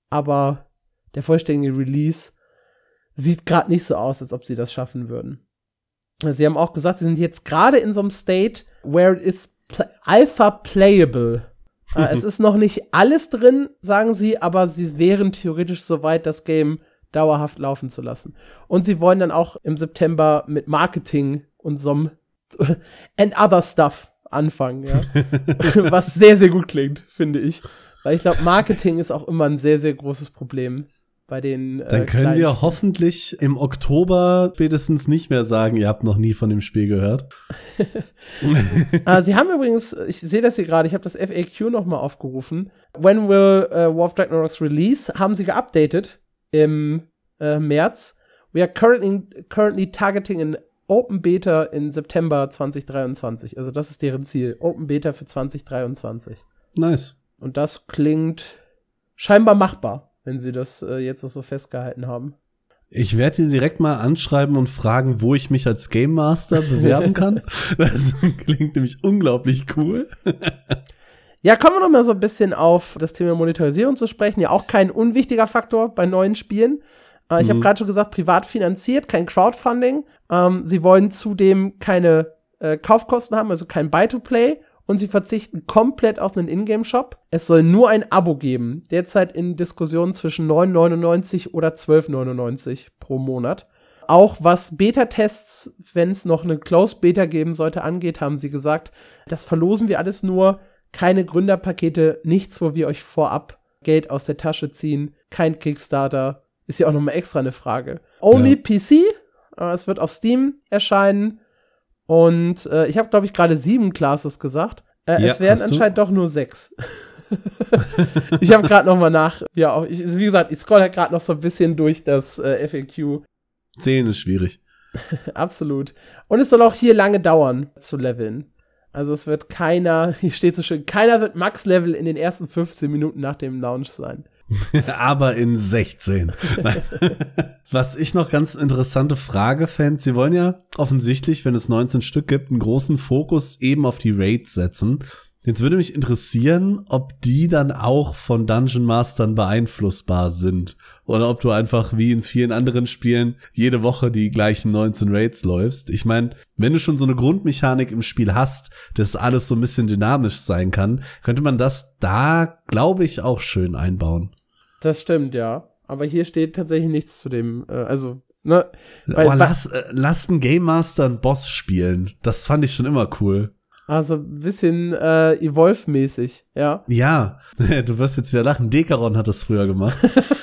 Aber der vollständige Release sieht gerade nicht so aus, als ob sie das schaffen würden. Sie haben auch gesagt, sie sind jetzt gerade in so einem State, where it is pl- alpha playable. äh, es ist noch nicht alles drin, sagen sie, aber sie wären theoretisch so weit, das Game dauerhaft laufen zu lassen. Und sie wollen dann auch im September mit Marketing und so einem and other stuff anfangen, ja. Was sehr, sehr gut klingt, finde ich. Weil ich glaube, Marketing ist auch immer ein sehr, sehr großes Problem bei den äh, Dann können wir Spielen. Hoffentlich im Oktober spätestens nicht mehr sagen, ihr habt noch nie von dem Spiel gehört. uh, sie haben übrigens, ich sehe das hier gerade, ich habe das F A Q noch mal aufgerufen. When will uh, War of Ragnaroks release? Haben sie geupdatet im äh, März. We are currently, currently targeting an Open Beta in September zwanzig dreiundzwanzig. Also das ist deren Ziel. Open Beta für zwanzig dreiundzwanzig. Nice. Und das klingt scheinbar machbar, wenn sie das äh, jetzt noch so festgehalten haben. Ich werde ihn direkt mal anschreiben und fragen, wo ich mich als Game Master bewerben kann. Das klingt nämlich unglaublich cool. Ja, kommen wir noch mal so ein bisschen auf das Thema Monetarisierung zu sprechen. Ja, auch kein unwichtiger Faktor bei neuen Spielen. Äh, ich mhm. habe gerade schon gesagt, privat finanziert, kein Crowdfunding. Ähm, sie wollen zudem keine äh, Kaufkosten haben, also kein Buy-to-Play. Und sie verzichten komplett auf einen Ingame-Shop. Es soll nur ein Abo geben. Derzeit in Diskussionen zwischen neun neunundneunzig oder zwölf neunundneunzig pro Monat. Auch was Beta-Tests, wenn es noch eine Closed-Beta geben sollte, angeht, haben sie gesagt, das verlosen wir alles nur. Keine Gründerpakete, nichts, wo wir euch vorab Geld aus der Tasche ziehen. Kein Kickstarter. Ist ja auch nochmal extra eine Frage. Only ja. P C. Äh, es wird auf Steam erscheinen. Und äh, ich habe, glaube ich, gerade sieben Classes gesagt. Äh, ja, es werden anscheinend doch nur sechs. Ich habe gerade noch mal nach. Ja, auch ich, wie gesagt, ich scroll halt gerade noch so ein bisschen durch das äh, F A Q. Zählen ist schwierig. Absolut. Und es soll auch hier lange dauern zu leveln. Also es wird keiner, hier steht so schön, keiner wird Max-Level in den ersten fünfzehn Minuten nach dem Launch sein. Aber in sechzehn. Was ich noch ganz interessante Frage fände, sie wollen ja offensichtlich, wenn es neunzehn Stück gibt, einen großen Fokus eben auf die Raids setzen. Jetzt würde mich interessieren, ob die dann auch von Dungeon Mastern beeinflussbar sind. Oder ob du einfach wie in vielen anderen Spielen jede Woche die gleichen neunzehn Raids läufst. Ich meine, wenn du schon so eine Grundmechanik im Spiel hast, dass alles so ein bisschen dynamisch sein kann, könnte man das da, glaube ich, auch schön einbauen. Das stimmt, ja. Aber hier steht tatsächlich nichts zu dem, äh, also, ne. Weil, oh, lass, äh, lass einen Game Master einen Boss spielen. Das fand ich schon immer cool. Also ein bisschen äh, Evolve-mäßig, ja. Ja, du wirst jetzt wieder lachen. Dekaron hat das früher gemacht.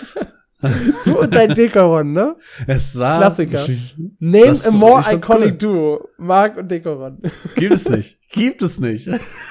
Du und dein Dekaron, ne? Es war Klassiker. Name das, a more iconic cool. duo. Mark und Dekaron. Gibt es nicht. Gibt es nicht.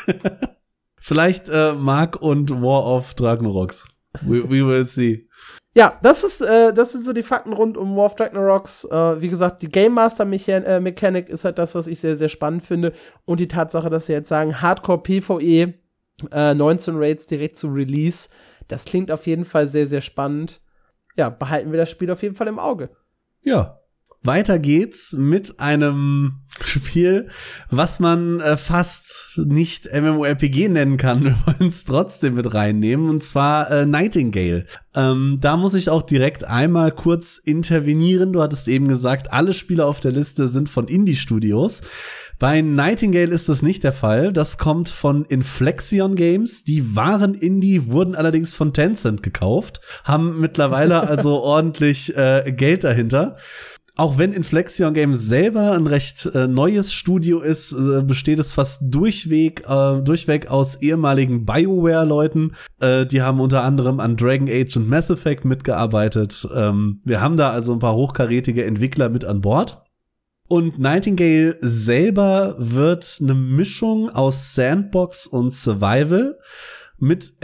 Vielleicht äh, Mark und War of Ragnaroks. We, we will see. Ja, das ist, äh, das sind so die Fakten rund um War of Ragnaroks. Äh, wie gesagt, die Game Master Mechan- äh, Mechanik ist halt das, was ich sehr, sehr spannend finde. Und die Tatsache, dass sie jetzt sagen, Hardcore PvE, äh, neunzehn Raids direkt zu Release. Das klingt auf jeden Fall sehr, sehr spannend. Ja, behalten wir das Spiel auf jeden Fall im Auge. Ja. Weiter geht's mit einem Spiel, was man äh, fast nicht MMORPG nennen kann. Wir wollen es trotzdem mit reinnehmen, und zwar äh, Nightingale. Ähm, da muss ich auch direkt einmal kurz intervenieren. Du hattest eben gesagt, alle Spiele auf der Liste sind von Indie-Studios. Bei Nightingale ist das nicht der Fall. Das kommt von Inflexion Games. Die waren Indie, wurden allerdings von Tencent gekauft, haben mittlerweile also ordentlich äh, Geld dahinter. Auch wenn Inflexion Games selber ein recht äh, neues Studio ist, äh, besteht es fast durchweg, äh, durchweg aus ehemaligen BioWare-Leuten. Äh, die haben unter anderem an Dragon Age und Mass Effect mitgearbeitet. Ähm, wir haben da also ein paar hochkarätige Entwickler mit an Bord. Und Nightingale selber wird eine Mischung aus Sandbox und Survival mit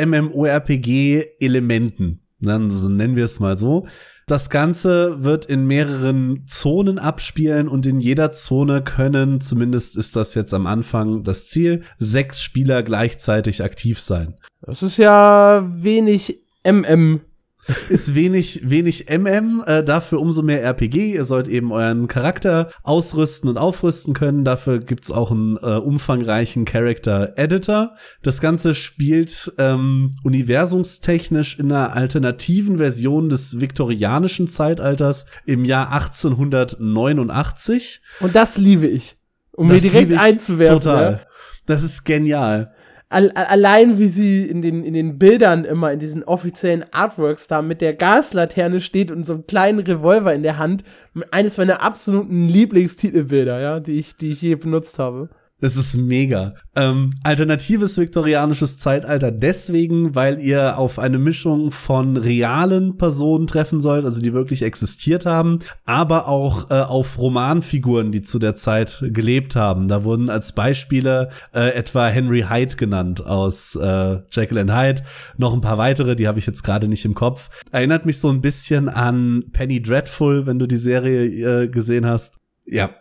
MMORPG-Elementen. Dann so nennen wir es mal so. Das Ganze wird in mehreren Zonen abspielen, und in jeder Zone können, zumindest ist das jetzt am Anfang das Ziel, sechs Spieler gleichzeitig aktiv sein. Das ist ja wenig M M. Ist wenig, wenig M M, äh, dafür umso mehr R P G. Ihr sollt eben euren Charakter ausrüsten und aufrüsten können. Dafür gibt's auch einen äh, umfangreichen Character Editor. Das Ganze spielt ähm, universumstechnisch in einer alternativen Version des viktorianischen Zeitalters im Jahr achtzehnhundertneunundachtzig. Und das liebe ich. Um das mir direkt einzuwerfen. Total. Ja? Das ist genial. Allein wie sie in den, in den Bildern immer, in diesen offiziellen Artworks da mit der Gaslaterne steht und so einen kleinen Revolver in der Hand. Eines meiner absoluten Lieblingstitelbilder, ja, die ich, die ich je benutzt habe. Das ist mega. Ähm, alternatives viktorianisches Zeitalter deswegen, weil ihr auf eine Mischung von realen Personen treffen sollt, also die wirklich existiert haben, aber auch äh, auf Romanfiguren, die zu der Zeit gelebt haben. Da wurden als Beispiele äh, etwa Henry Hyde genannt aus äh, Jekyll and Hyde, noch ein paar weitere, die habe ich jetzt gerade nicht im Kopf. Erinnert mich so ein bisschen an Penny Dreadful, wenn du die Serie äh, gesehen hast. Ja,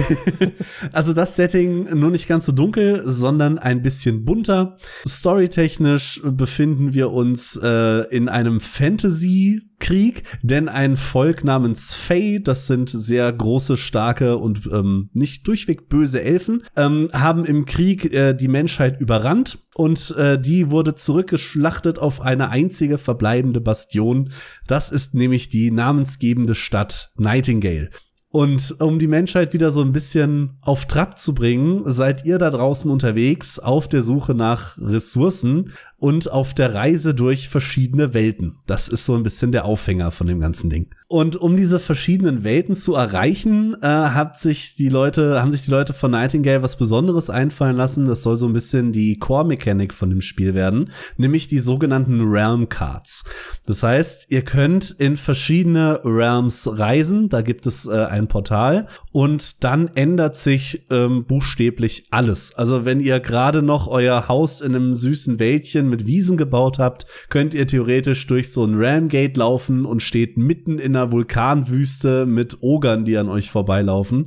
also das Setting nur nicht ganz so dunkel, sondern ein bisschen bunter. Storytechnisch befinden wir uns äh, in einem Fantasy-Krieg, denn ein Volk namens Fae, das sind sehr große, starke und ähm, nicht durchweg böse Elfen, ähm, haben im Krieg äh, die Menschheit überrannt, und äh, die wurde zurückgeschlachtet auf eine einzige verbleibende Bastion. Das ist nämlich die namensgebende Stadt Nightingale. Und um die Menschheit wieder so ein bisschen auf Trab zu bringen, seid ihr da draußen unterwegs auf der Suche nach Ressourcen und auf der Reise durch verschiedene Welten. Das ist so ein bisschen der Aufhänger von dem ganzen Ding. Und um diese verschiedenen Welten zu erreichen, äh, hat sich die Leute, haben sich die Leute von Nightingale was Besonderes einfallen lassen. Das soll so ein bisschen die Core-Mechanik von dem Spiel werden, nämlich die sogenannten Realm Cards. Das heißt, ihr könnt in verschiedene Realms reisen. Da gibt es äh, ein Portal, und dann ändert sich ähm, buchstäblich alles. Also wenn ihr gerade noch euer Haus in einem süßen Wäldchen mit Wiesen gebaut habt, könnt ihr theoretisch durch so ein Realm-Gate laufen und steht mitten in einer Vulkanwüste mit Ogern, die an euch vorbeilaufen.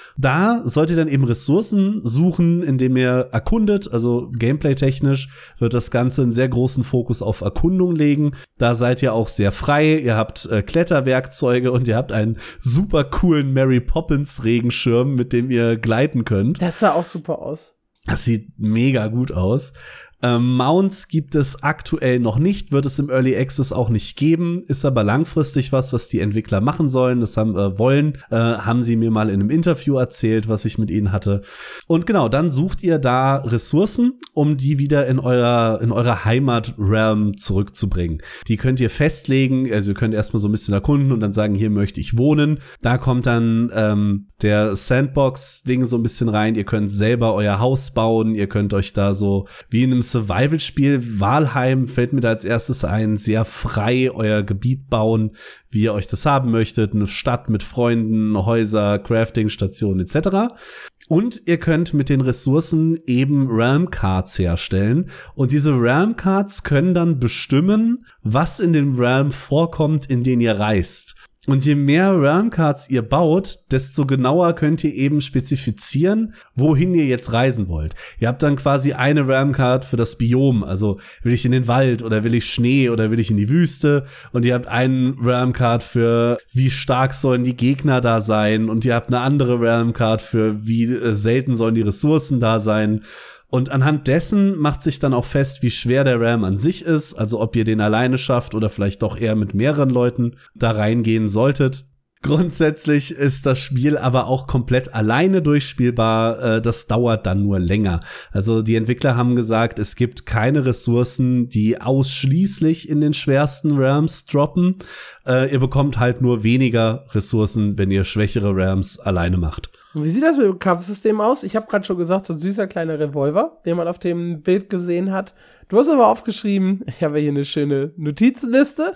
Da sollt ihr dann eben Ressourcen suchen, indem ihr erkundet, also gameplay-technisch wird das Ganze einen sehr großen Fokus auf Erkundung legen. Da seid ihr auch sehr frei, ihr habt äh, Kletterwerkzeuge und ihr habt einen super coolen Mary Poppins Regenschirm, mit dem ihr gleiten könnt. Das sah auch super aus. Das sieht mega gut aus. Ähm, Mounts gibt es aktuell noch nicht, wird es im Early Access auch nicht geben, ist aber langfristig was, was die Entwickler machen sollen, das haben äh, wollen, äh, haben sie mir mal in einem Interview erzählt, was ich mit ihnen hatte. Und genau, dann sucht ihr da Ressourcen, um die wieder in eurer in eurer Heimat-Realm zurückzubringen. Die könnt ihr festlegen, also ihr könnt erstmal so ein bisschen erkunden und dann sagen, hier möchte ich wohnen. Da kommt dann ähm, der Sandbox-Ding so ein bisschen rein, ihr könnt selber euer Haus bauen, ihr könnt euch da so wie in einem Survival-Spiel, Valheim fällt mir da als erstes ein, sehr frei euer Gebiet bauen, wie ihr euch das haben möchtet, eine Stadt mit Freunden, Häuser, Crafting-Stationen et cetera. Und ihr könnt mit den Ressourcen eben Realm Cards herstellen. Und diese Realm Cards können dann bestimmen, was in dem Realm vorkommt, in den ihr reist. Und je mehr Realm Cards ihr baut, desto genauer könnt ihr eben spezifizieren, wohin ihr jetzt reisen wollt. Ihr habt dann quasi eine Realm Card für das Biom, also will ich in den Wald oder will ich Schnee oder will ich in die Wüste, und ihr habt einen Realm Card für wie stark sollen die Gegner da sein, und ihr habt eine andere Realm Card für wie äh, selten sollen die Ressourcen da sein. Und anhand dessen macht sich dann auch fest, wie schwer der Realm an sich ist, also ob ihr den alleine schafft oder vielleicht doch eher mit mehreren Leuten da reingehen solltet. Grundsätzlich ist das Spiel aber auch komplett alleine durchspielbar, das dauert dann nur länger. Also die Entwickler haben gesagt, es gibt keine Ressourcen, die ausschließlich in den schwersten Realms droppen. Ihr bekommt halt nur weniger Ressourcen, wenn ihr schwächere Realms alleine macht. Und wie sieht das mit dem Kampfsystem aus? Ich habe gerade schon gesagt, so ein süßer kleiner Revolver, den man auf dem Bild gesehen hat. Du hast aber aufgeschrieben, ich habe hier eine schöne Notizenliste,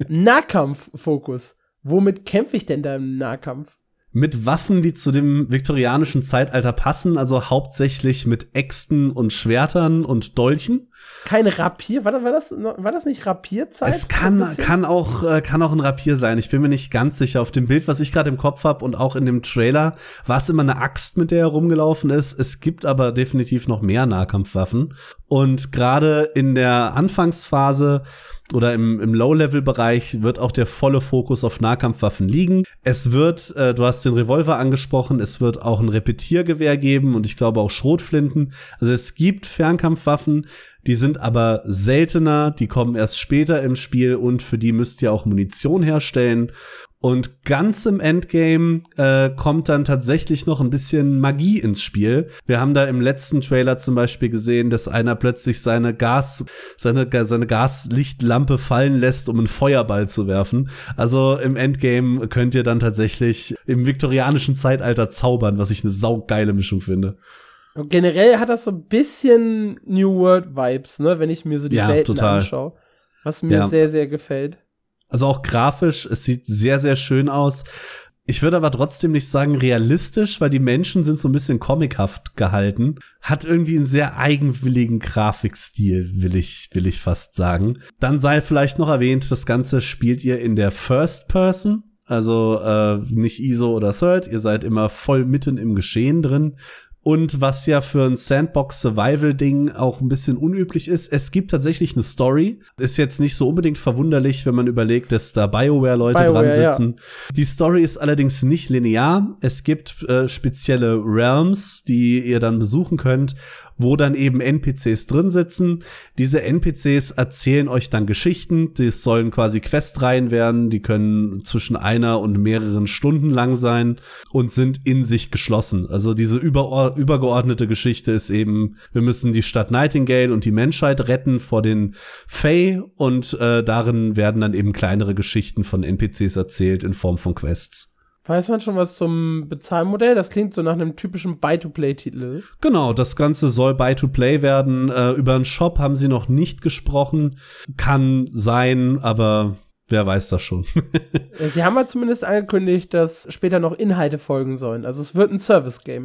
Nahkampffokus. Womit kämpfe ich denn da im Nahkampf? Mit Waffen, die zu dem viktorianischen Zeitalter passen, also hauptsächlich mit Äxten und Schwertern und Dolchen. Keine Rapier? War das, war das, war das nicht Rapierzeit? Es kann, kann, auch, äh, kann auch ein Rapier sein. Ich bin mir nicht ganz sicher. Auf dem Bild, was ich gerade im Kopf habe und auch in dem Trailer, war es immer eine Axt, mit der er rumgelaufen ist. Es gibt aber definitiv noch mehr Nahkampfwaffen. Und gerade in der Anfangsphase oder im, im Low-Level-Bereich wird auch der volle Fokus auf Nahkampfwaffen liegen. Es wird, äh, du hast den Revolver angesprochen, es wird auch ein Repetiergewehr geben und ich glaube auch Schrotflinten. Also es gibt Fernkampfwaffen, die sind aber seltener, die kommen erst später im Spiel und für die müsst ihr auch Munition herstellen. Und ganz im Endgame äh, kommt dann tatsächlich noch ein bisschen Magie ins Spiel. Wir haben da im letzten Trailer zum Beispiel gesehen, dass einer plötzlich seine Gas, seine, seine Gaslichtlampe fallen lässt, um einen Feuerball zu werfen. Also im Endgame könnt ihr dann tatsächlich im viktorianischen Zeitalter zaubern, was ich eine saugeile Mischung finde. Und generell hat das so ein bisschen New World Vibes, ne, wenn ich mir so die ja, Welten total. anschaue. Was mir ja. sehr, sehr gefällt. Also auch grafisch, es sieht sehr, sehr schön aus. Ich würde aber trotzdem nicht sagen realistisch, weil die Menschen sind so ein bisschen comichaft gehalten. Hat irgendwie einen sehr eigenwilligen Grafikstil, will ich, will ich fast sagen. Dann sei vielleicht noch erwähnt, das Ganze spielt ihr in der First Person. Also äh, nicht I S O oder Third, ihr seid immer voll mitten im Geschehen drin. Und was ja für ein Sandbox-Survival-Ding auch ein bisschen unüblich ist, es gibt tatsächlich eine Story. Ist jetzt nicht so unbedingt verwunderlich, wenn man überlegt, dass da BioWare-Leute BioWare, dran sitzen. Ja. Die Story ist allerdings nicht linear. Es gibt äh, spezielle Realms, die ihr dann besuchen könnt, wo dann eben N P Cs drin sitzen. Diese N P Cs erzählen euch dann Geschichten. Das sollen quasi Questreihen werden. Die können zwischen einer und mehreren Stunden lang sein und sind in sich geschlossen. Also diese über, übergeordnete Geschichte ist eben, wir müssen die Stadt Nightingale und die Menschheit retten vor den Fae, und äh, darin werden dann eben kleinere Geschichten von N P Cs erzählt in Form von Quests. Weiß man schon was zum Bezahlmodell? Das klingt so nach einem typischen Buy-to-Play-Titel. Genau, das Ganze soll Buy-to-Play werden. Äh, über einen Shop haben sie noch nicht gesprochen. Kann sein, aber wer weiß das schon. Sie haben ja zumindest angekündigt, dass später noch Inhalte folgen sollen. Also es wird ein Service-Game.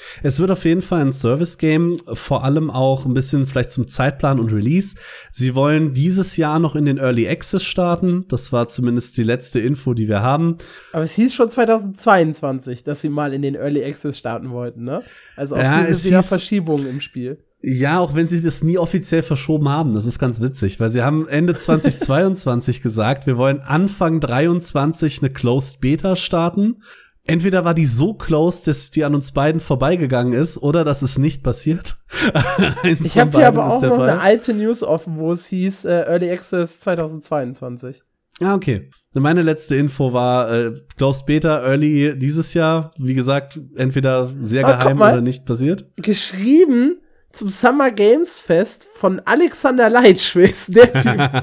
Es wird auf jeden Fall ein Service-Game, vor allem auch ein bisschen vielleicht zum Zeitplan und Release. Sie wollen dieses Jahr noch in den Early Access starten. Das war zumindest die letzte Info, die wir haben. Aber es hieß schon zweitausendzweiundzwanzig, dass sie mal in den Early Access starten wollten, ne? Also auch ja, hier sind wieder hieß, Verschiebungen im Spiel. Ja, auch wenn sie das nie offiziell verschoben haben. Das ist ganz witzig, weil sie haben Ende zweitausendzweiundzwanzig gesagt, wir wollen Anfang dreiundzwanzig eine Closed Beta starten. Entweder war die so close, dass die an uns beiden vorbeigegangen ist, oder dass es nicht passiert. Ich habe hier aber auch noch Fall. eine alte News offen, wo es hieß äh, Early Access zweitausendzweiundzwanzig. Ah, okay. Meine letzte Info war äh, Closed Beta Early dieses Jahr. Wie gesagt, entweder sehr aber geheim mal, oder nicht passiert. Geschrieben zum Summer Games Fest von Alexander Leitschwitz, der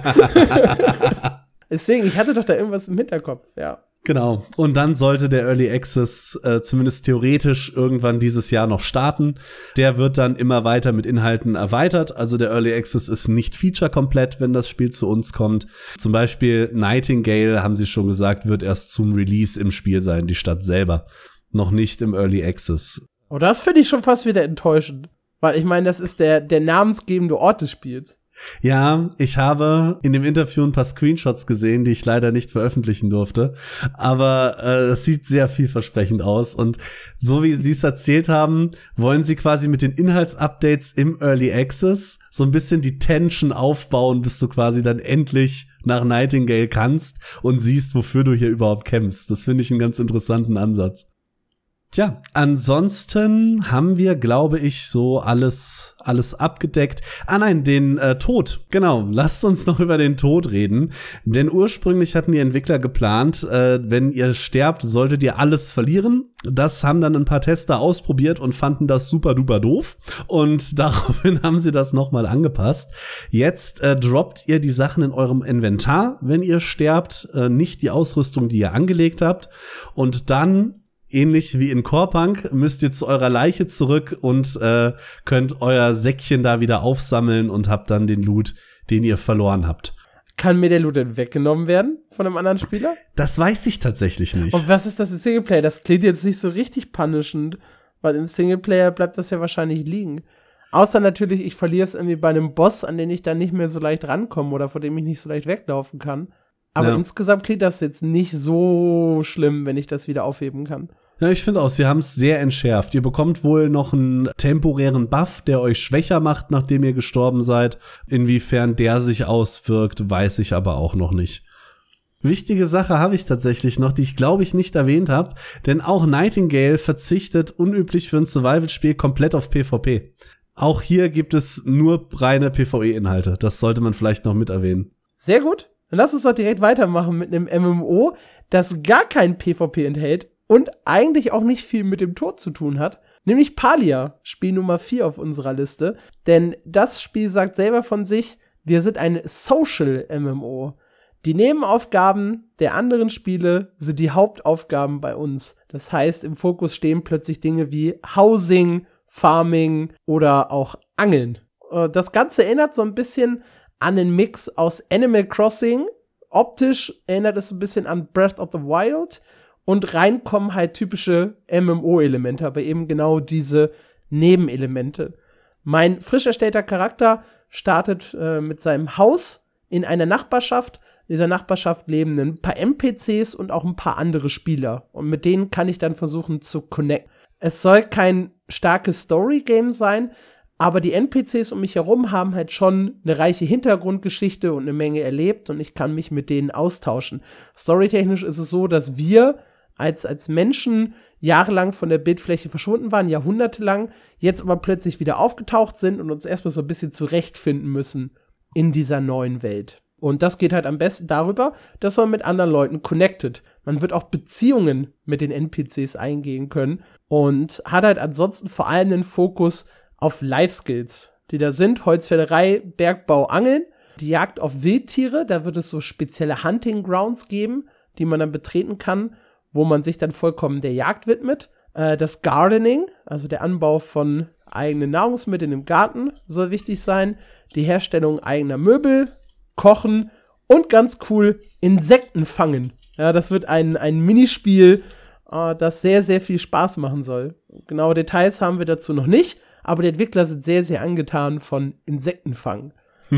Typ. Deswegen, ich hatte doch da irgendwas im Hinterkopf, ja. Genau. Und dann sollte der Early Access äh, zumindest theoretisch irgendwann dieses Jahr noch starten. Der wird dann immer weiter mit Inhalten erweitert. Also der Early Access ist nicht feature-komplett, wenn das Spiel zu uns kommt. Zum Beispiel Nightingale, haben sie schon gesagt, wird erst zum Release im Spiel sein, die Stadt selber. Noch nicht im Early Access. Oh, das finde ich schon fast wieder enttäuschend. Weil ich meine, das ist der, der namensgebende Ort des Spiels. Ja, ich habe in dem Interview ein paar Screenshots gesehen, die ich leider nicht veröffentlichen durfte. Aber äh, es sieht sehr vielversprechend aus. Und so wie sie es erzählt haben, wollen sie quasi mit den Inhaltsupdates im Early Access so ein bisschen die Tension aufbauen, bis du quasi dann endlich nach Nightingale kannst und siehst, wofür du hier überhaupt kämpfst. Das finde ich einen ganz interessanten Ansatz. Tja, ansonsten haben wir, glaube ich, so alles alles abgedeckt. Ah nein, den äh, Tod. Genau, lasst uns noch über den Tod reden. Denn ursprünglich hatten die Entwickler geplant, äh, wenn ihr sterbt, solltet ihr alles verlieren. Das haben dann ein paar Tester ausprobiert und fanden das super duper doof. Und daraufhin haben sie das nochmal angepasst. Jetzt äh, droppt ihr die Sachen in eurem Inventar, wenn ihr sterbt, äh, nicht die Ausrüstung, die ihr angelegt habt. Und dann ähnlich wie in Corepunk müsst ihr zu eurer Leiche zurück und äh, könnt euer Säckchen da wieder aufsammeln und habt dann den Loot, den ihr verloren habt. Kann mir der Loot denn weggenommen werden von einem anderen Spieler? Das weiß ich tatsächlich nicht. Und was ist das im Singleplayer? Das klingt jetzt nicht so richtig punishend, weil im Singleplayer bleibt das ja wahrscheinlich liegen. Außer natürlich, ich verliere es irgendwie bei einem Boss, an den ich dann nicht mehr so leicht rankomme oder vor dem ich nicht so leicht weglaufen kann. Aber ja. Insgesamt klingt das jetzt nicht so schlimm, wenn ich das wieder aufheben kann. Ja, ich finde auch, sie haben es sehr entschärft. Ihr bekommt wohl noch einen temporären Buff, der euch schwächer macht, nachdem ihr gestorben seid. Inwiefern der sich auswirkt, weiß ich aber auch noch nicht. Wichtige Sache habe ich tatsächlich noch, die ich glaube ich nicht erwähnt habe, denn auch Nightingale verzichtet unüblich für ein Survival-Spiel komplett auf PvP. Auch hier gibt es nur reine PvE-Inhalte. Das sollte man vielleicht noch mit erwähnen. Sehr gut. Dann lass uns doch direkt weitermachen mit einem M M O, das gar kein PvP enthält und eigentlich auch nicht viel mit dem Tod zu tun hat, nämlich Palia, Spiel Nummer vier auf unserer Liste. Denn das Spiel sagt selber von sich, wir sind ein Social-M M O. Die Nebenaufgaben der anderen Spiele sind die Hauptaufgaben bei uns. Das heißt, im Fokus stehen plötzlich Dinge wie Housing, Farming oder auch Angeln. Das Ganze erinnert so ein bisschen an den Mix aus Animal Crossing. Optisch erinnert es ein bisschen an Breath of the Wild. Und reinkommen halt typische M M O-Elemente, aber eben genau diese Nebenelemente. Mein frisch erstellter Charakter startet äh, mit seinem Haus in einer Nachbarschaft. In dieser Nachbarschaft leben ein paar N P Cs und auch ein paar andere Spieler. Und mit denen kann ich dann versuchen zu connecten. Es soll kein starkes Story-Game sein, aber die N P Cs um mich herum haben halt schon eine reiche Hintergrundgeschichte und eine Menge erlebt und ich kann mich mit denen austauschen. Storytechnisch ist es so, dass wir als, als Menschen jahrelang von der Bildfläche verschwunden waren, jahrhundertelang, jetzt aber plötzlich wieder aufgetaucht sind und uns erstmal so ein bisschen zurechtfinden müssen in dieser neuen Welt. Und das geht halt am besten darüber, dass man mit anderen Leuten connected. Man wird auch Beziehungen mit den N P Cs eingehen können und hat halt ansonsten vor allem den Fokus auf Life-Skills, die da sind: Holzfällerei, Bergbau, Angeln, die Jagd auf Wildtiere. Da wird es so spezielle Hunting Grounds geben, die man dann betreten kann, wo man sich dann vollkommen der Jagd widmet. Äh, das Gardening, also der Anbau von eigenen Nahrungsmitteln im Garten, soll wichtig sein. Die Herstellung eigener Möbel, Kochen und ganz cool, Insekten fangen. Ja, das wird ein, ein Minispiel, äh, das sehr, sehr viel Spaß machen soll. Genaue Details haben wir dazu noch nicht, aber die Entwickler sind sehr, sehr angetan von Insektenfang.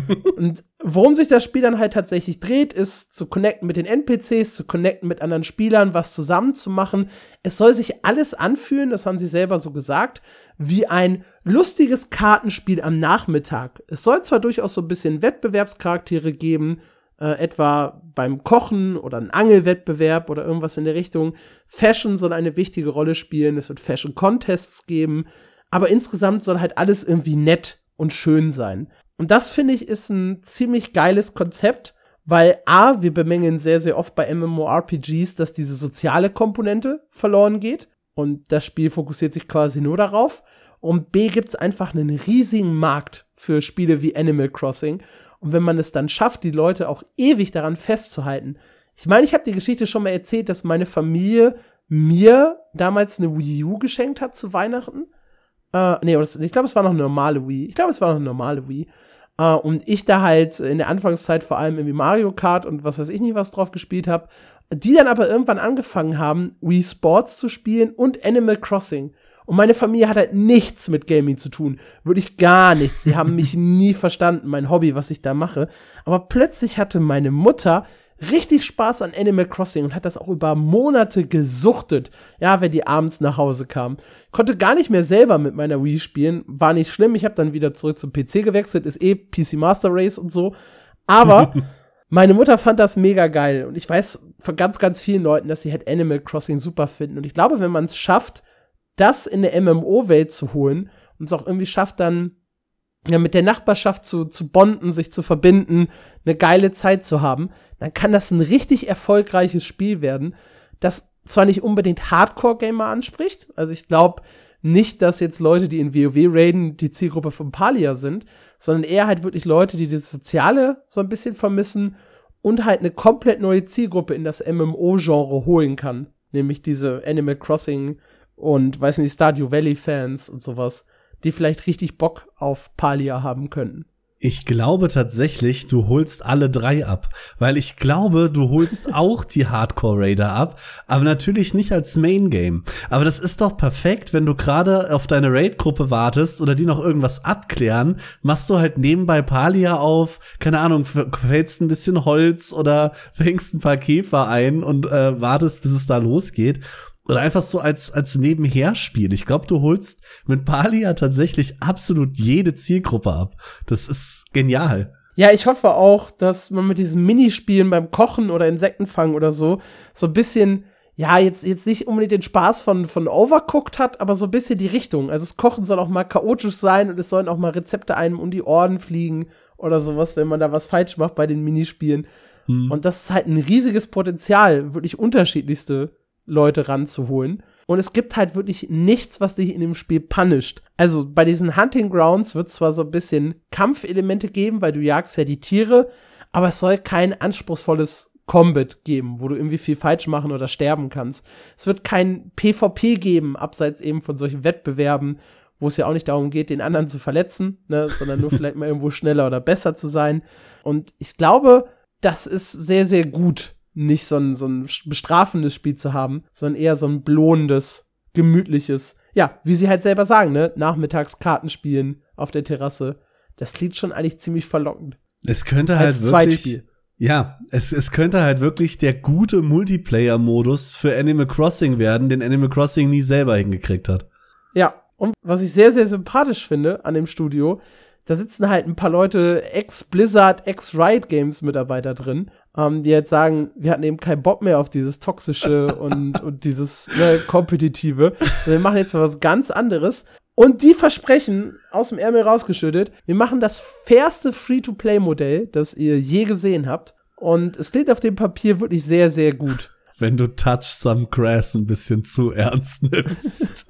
Und worum sich das Spiel dann halt tatsächlich dreht, ist zu connecten mit den N P Cs, zu connecten mit anderen Spielern, was zusammen zu machen. Es soll sich alles anfühlen, das haben sie selber so gesagt, wie ein lustiges Kartenspiel am Nachmittag. Es soll zwar durchaus so ein bisschen Wettbewerbscharaktere geben, äh, etwa beim Kochen oder ein Angelwettbewerb oder irgendwas in der Richtung. Fashion soll eine wichtige Rolle spielen, es wird Fashion-Contests geben, aber insgesamt soll halt alles irgendwie nett und schön sein. Und das, finde ich, ist ein ziemlich geiles Konzept, weil A, wir bemängeln sehr, sehr oft bei MMORPGs, dass diese soziale Komponente verloren geht und das Spiel fokussiert sich quasi nur darauf. Und B, gibt's einfach einen riesigen Markt für Spiele wie Animal Crossing. Und wenn man es dann schafft, die Leute auch ewig daran festzuhalten. Ich meine, ich habe die Geschichte schon mal erzählt, dass meine Familie mir damals eine Wii U geschenkt hat zu Weihnachten. Äh, nee, ich glaube, es war noch eine normale Wii. Ich glaube, es war noch eine normale Wii. Uh, und ich da halt in der Anfangszeit vor allem irgendwie Mario Kart und was weiß ich nicht was drauf gespielt habe, die dann aber irgendwann angefangen haben, Wii Sports zu spielen und Animal Crossing. Und meine Familie hat halt nichts mit Gaming zu tun. Wirklich gar nichts. Sie haben mich nie verstanden, mein Hobby, was ich da mache. Aber plötzlich hatte meine Mutter richtig Spaß an Animal Crossing und hat das auch über Monate gesuchtet. Ja, wenn die abends nach Hause kam. Konnte gar nicht mehr selber mit meiner Wii spielen. War nicht schlimm. Ich habe dann wieder zurück zum P C gewechselt. Ist eh P C Master Race und so. Aber meine Mutter fand das mega geil. Und ich weiß von ganz, ganz vielen Leuten, dass sie halt Animal Crossing super finden. Und ich glaube, wenn man es schafft, das in eine M M O-Welt zu holen und es auch irgendwie schafft, dann ja, mit der Nachbarschaft zu, zu bonden, sich zu verbinden, eine geile Zeit zu haben, dann kann das ein richtig erfolgreiches Spiel werden, das zwar nicht unbedingt Hardcore-Gamer anspricht, also ich glaube nicht, dass jetzt Leute, die in WoW raiden, die Zielgruppe von Palia sind, sondern eher halt wirklich Leute, die das Soziale so ein bisschen vermissen und halt eine komplett neue Zielgruppe in das M M O-Genre holen kann, nämlich diese Animal Crossing und, weiß nicht, Stardew Valley-Fans und sowas, die vielleicht richtig Bock auf Palia haben könnten. Ich glaube tatsächlich, du holst alle drei ab, weil ich glaube, du holst auch die Hardcore-Raider ab, aber natürlich nicht als Main-Game. Aber das ist doch perfekt, wenn du gerade auf deine Raid-Gruppe wartest oder die noch irgendwas abklären, machst du halt nebenbei Palia auf, keine Ahnung, fällst ein bisschen Holz oder fängst ein paar Käfer ein und äh, wartest, bis es da losgeht. Oder einfach so als, als Nebenherspiel. Ich glaube, du holst mit Palia tatsächlich absolut jede Zielgruppe ab. Das ist genial. Ja, ich hoffe auch, dass man mit diesen Minispielen beim Kochen oder Insektenfang oder so, so ein bisschen, ja, jetzt, jetzt nicht unbedingt den Spaß von, von Overcooked hat, aber so ein bisschen die Richtung. Also das Kochen soll auch mal chaotisch sein und es sollen auch mal Rezepte einem um die Ohren fliegen oder sowas, wenn man da was falsch macht bei den Minispielen. Hm. Und das ist halt ein riesiges Potenzial, wirklich unterschiedlichste Leute ranzuholen. Und es gibt halt wirklich nichts, was dich in dem Spiel punisht. Also bei diesen Hunting Grounds wird es zwar so ein bisschen Kampfelemente geben, weil du jagst ja die Tiere, aber es soll kein anspruchsvolles Combat geben, wo du irgendwie viel falsch machen oder sterben kannst. Es wird kein PvP geben, abseits eben von solchen Wettbewerben, wo es ja auch nicht darum geht, den anderen zu verletzen, ne, sondern nur vielleicht mal irgendwo schneller oder besser zu sein. Und ich glaube, das ist sehr, sehr gut, nicht so ein, so ein bestrafendes Spiel zu haben, sondern eher so ein belohnendes, gemütliches, ja, wie sie halt selber sagen, ne, nachmittags Karten spielen auf der Terrasse. Das klingt schon eigentlich ziemlich verlockend. Es könnte halt als wirklich, Zweitspiel. Ja, es, es könnte halt wirklich der gute Multiplayer-Modus für Animal Crossing werden, den Animal Crossing nie selber hingekriegt hat. Ja, und was ich sehr, sehr sympathisch finde an dem Studio, da sitzen halt ein paar Leute, Ex-Blizzard, Ex-Riot Games Mitarbeiter drin, ähm, die jetzt sagen, wir hatten eben keinen Bock mehr auf dieses Toxische und, und dieses ne, Kompetitive. Wir machen jetzt mal was ganz anderes. Und die versprechen, aus dem Ärmel rausgeschüttet, wir machen das fairste Free-to-Play-Modell, das ihr je gesehen habt. Und es klingt auf dem Papier wirklich sehr, sehr gut. Wenn du Touch Some Grass ein bisschen zu ernst nimmst.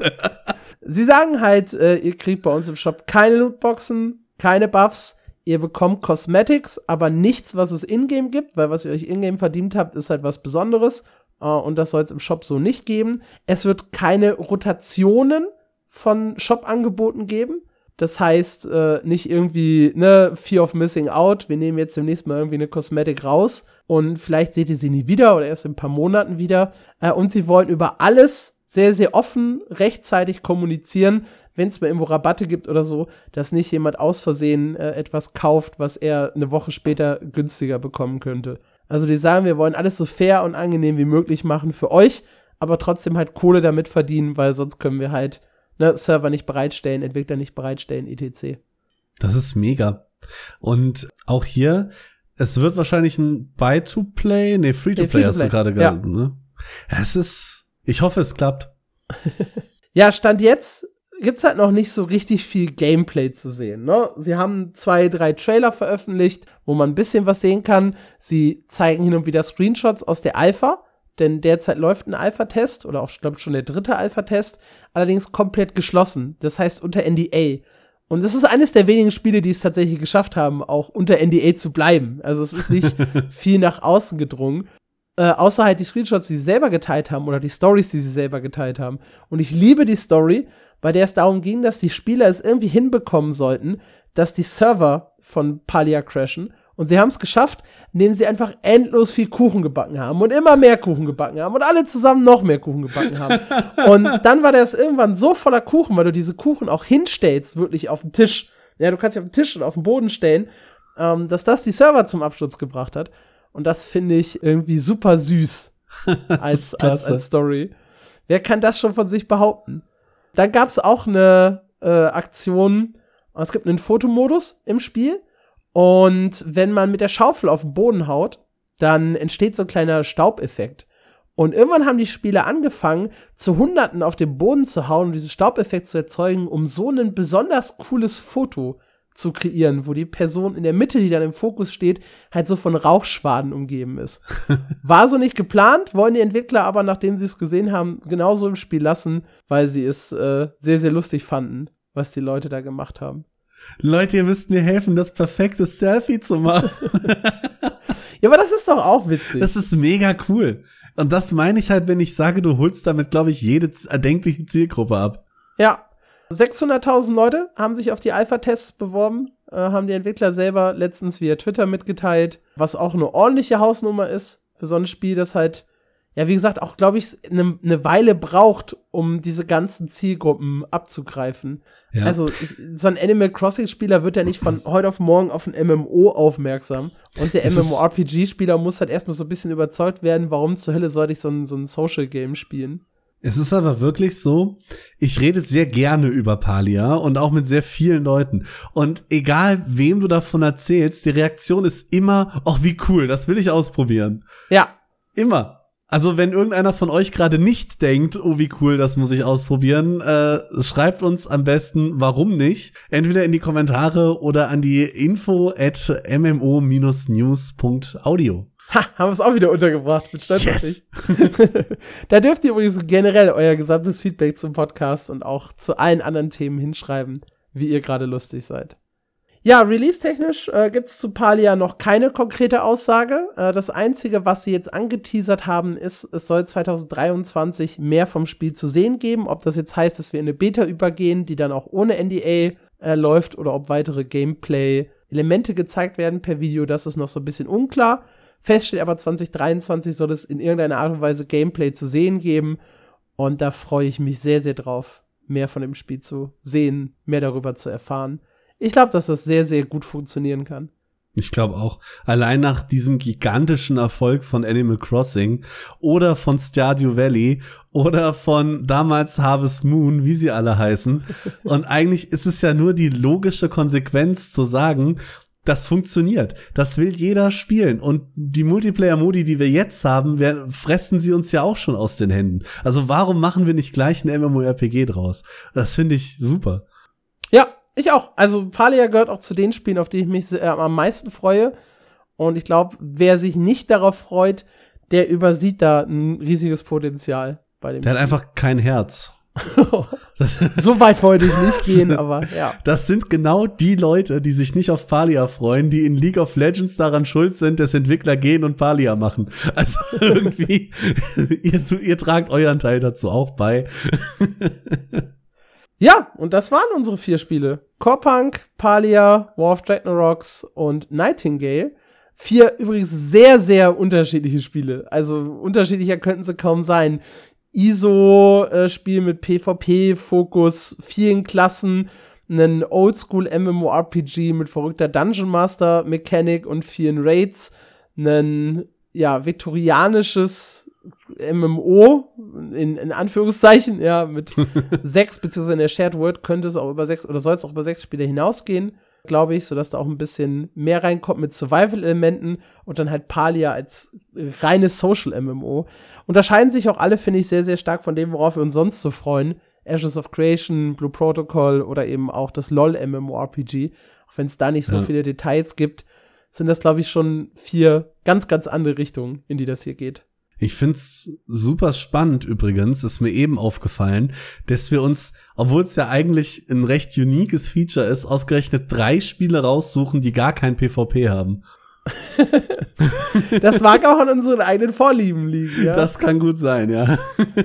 Sie sagen halt, äh, ihr kriegt bei uns im Shop keine Lootboxen, keine Buffs, ihr bekommt Cosmetics, aber nichts, was es in-game gibt, weil was ihr euch in-game verdient habt, ist halt was Besonderes. Uh, und das soll es im Shop so nicht geben. Es wird keine Rotationen von Shop-Angeboten geben. Das heißt, äh, nicht irgendwie, ne, Fear of Missing Out, wir nehmen jetzt demnächst mal irgendwie eine Cosmetic raus und vielleicht seht ihr sie nie wieder oder erst in ein paar Monaten wieder. Äh, und sie wollen über alles sehr, sehr offen rechtzeitig kommunizieren, wenn es mal irgendwo Rabatte gibt oder so, dass nicht jemand aus Versehen äh, etwas kauft, was er eine Woche später günstiger bekommen könnte. Also die sagen, wir wollen alles so fair und angenehm wie möglich machen für euch, aber trotzdem halt Kohle damit verdienen, weil sonst können wir halt ne, Server nicht bereitstellen, Entwickler nicht bereitstellen, et cetera. Das ist mega. Und auch hier, es wird wahrscheinlich ein Buy-to-Play, nee, Free-to-Play nee, hast du gerade gesagt, ja. ne? Es ist, ich hoffe, es klappt. Ja, Stand jetzt gibt's halt noch nicht so richtig viel Gameplay zu sehen, ne? Sie haben zwei, drei Trailer veröffentlicht, wo man ein bisschen was sehen kann. Sie zeigen hin und wieder Screenshots aus der Alpha, denn derzeit läuft ein Alpha-Test oder auch, ich glaube, schon der dritte Alpha-Test, allerdings komplett geschlossen. Das heißt unter N D A. Und das ist eines der wenigen Spiele, die es tatsächlich geschafft haben, auch unter N D A zu bleiben. Also es ist nicht viel nach außen gedrungen. Äh, außer halt die Screenshots, die sie selber geteilt haben oder die Stories, die sie selber geteilt haben. Und ich liebe die Story, bei der es darum ging, dass die Spieler es irgendwie hinbekommen sollten, dass die Server von Palia crashen. Und sie haben es geschafft, indem sie einfach endlos viel Kuchen gebacken haben und immer mehr Kuchen gebacken haben und alle zusammen noch mehr Kuchen gebacken haben. Und dann war das irgendwann so voller Kuchen, weil du diese Kuchen auch hinstellst, wirklich auf den Tisch. Ja, du kannst sie auf den Tisch und auf den Boden stellen, ähm, dass das die Server zum Absturz gebracht hat. Und das finde ich irgendwie super süß als, als, als Story. Wer kann das schon von sich behaupten? Dann gab's auch eine äh, Aktion, es gibt einen Fotomodus im Spiel und wenn man mit der Schaufel auf den Boden haut, dann entsteht so ein kleiner Staubeffekt. Und irgendwann haben die Spieler angefangen, zu Hunderten auf den Boden zu hauen und diesen Staubeffekt zu erzeugen, um so ein besonders cooles Foto zu kreieren, wo die Person in der Mitte, die dann im Fokus steht, halt so von Rauchschwaden umgeben ist. War so nicht geplant, wollen die Entwickler aber, nachdem sie es gesehen haben, genauso im Spiel lassen, weil sie es äh, sehr, sehr lustig fanden, was die Leute da gemacht haben. Leute, ihr müsst mir helfen, das perfekte Selfie zu machen. Ja, aber das ist doch auch witzig. Das ist mega cool. Und das meine ich halt, wenn ich sage, du holst damit, glaube ich, jede erdenkliche Zielgruppe ab. Ja. sechshunderttausend Leute haben sich auf die Alpha-Tests beworben, äh, haben die Entwickler selber letztens via Twitter mitgeteilt, was auch eine ordentliche Hausnummer ist für so ein Spiel, das halt, ja, wie gesagt, auch, glaube ich, eine ne Weile braucht, um diese ganzen Zielgruppen abzugreifen. Ja. Also, ich, so ein Animal Crossing-Spieler wird ja nicht von heute auf morgen auf ein M M O aufmerksam. Und der MMORPG-Spieler muss halt erstmal so ein bisschen überzeugt werden, warum zur Hölle sollte ich so ein, so ein Social-Game spielen. Es ist aber wirklich so, ich rede sehr gerne über Palia und auch mit sehr vielen Leuten. Und egal, wem du davon erzählst, die Reaktion ist immer, ach, wie cool, das will ich ausprobieren. Ja. Immer. Also wenn irgendeiner von euch gerade nicht denkt, oh, wie cool, das muss ich ausprobieren, äh, schreibt uns am besten, warum nicht. Entweder in die Kommentare oder an die info at m m o dash news punkt audio. Ha, haben wir es auch wieder untergebracht. Bin stolz auf Yes. dich. Da dürft ihr übrigens generell euer gesamtes Feedback zum Podcast und auch zu allen anderen Themen hinschreiben, wie ihr gerade lustig seid. Ja, release-technisch äh, gibt's zu Palia noch keine konkrete Aussage. Äh, das Einzige, was sie jetzt angeteasert haben, ist, es soll zwanzig dreiundzwanzig mehr vom Spiel zu sehen geben. Ob das jetzt heißt, dass wir in eine Beta übergehen, die dann auch ohne N D A äh, läuft, oder ob weitere Gameplay-Elemente gezeigt werden per Video, das ist noch so ein bisschen unklar. Fest steht aber, zwanzig dreiundzwanzig soll es in irgendeiner Art und Weise Gameplay zu sehen geben. Und da freue ich mich sehr, sehr drauf, mehr von dem Spiel zu sehen, mehr darüber zu erfahren. Ich glaube, dass das sehr, sehr gut funktionieren kann. Ich glaube auch. Allein nach diesem gigantischen Erfolg von Animal Crossing oder von Stardew Valley oder von damals Harvest Moon, wie sie alle heißen. Und eigentlich ist es ja nur die logische Konsequenz zu sagen, das funktioniert. Das will jeder spielen. Und die Multiplayer-Modi, die wir jetzt haben, werden, fressen sie uns ja auch schon aus den Händen. Also warum machen wir nicht gleich ein MMORPG draus? Das finde ich super. Ja, ich auch. Also Palia gehört auch zu den Spielen, auf die ich mich äh, am meisten freue. Und ich glaube, wer sich nicht darauf freut, der übersieht da ein riesiges Potenzial bei dem Der Spiel. hat einfach kein Herz. So weit wollte ich nicht gehen, aber ja. Das sind genau die Leute, die sich nicht auf Palia freuen, die in League of Legends daran schuld sind, dass Entwickler gehen und Palia machen. Also irgendwie, ihr, ihr tragt euren Teil dazu auch bei. Ja, und das waren unsere vier Spiele. Corepunk, Palia, War of Dragnaroks und Nightingale. Vier übrigens sehr, sehr unterschiedliche Spiele. Also unterschiedlicher könnten sie kaum sein. I S O-Spiel mit PvP-Fokus, vielen Klassen, einen Oldschool-MMORPG mit verrückter Dungeon Master-Mechanik und vielen Raids, ein ja, viktorianisches M M O, in, in Anführungszeichen, ja, mit sechs, beziehungsweise in der Shared World könnte es auch über sechs, oder soll es auch über sechs Spiele hinausgehen, glaube ich, sodass da auch ein bisschen mehr reinkommt mit Survival-Elementen und dann halt Palia als reines Social-M M O. Unterscheiden sich auch alle, finde ich, sehr, sehr stark von dem, worauf wir uns sonst so freuen. Ashes of Creation, Blue Protocol oder eben auch das LoL-MMORPG. Auch wenn es da nicht so ja. viele Details gibt, sind das, glaube ich, schon vier ganz, ganz andere Richtungen, in die das hier geht. Ich find's super spannend übrigens, ist mir eben aufgefallen, dass wir uns, obwohl es ja eigentlich ein recht uniques Feature ist, ausgerechnet drei Spiele raussuchen, die gar kein PvP haben. Das mag auch an unseren eigenen Vorlieben liegen, ja. Das kann gut sein, ja.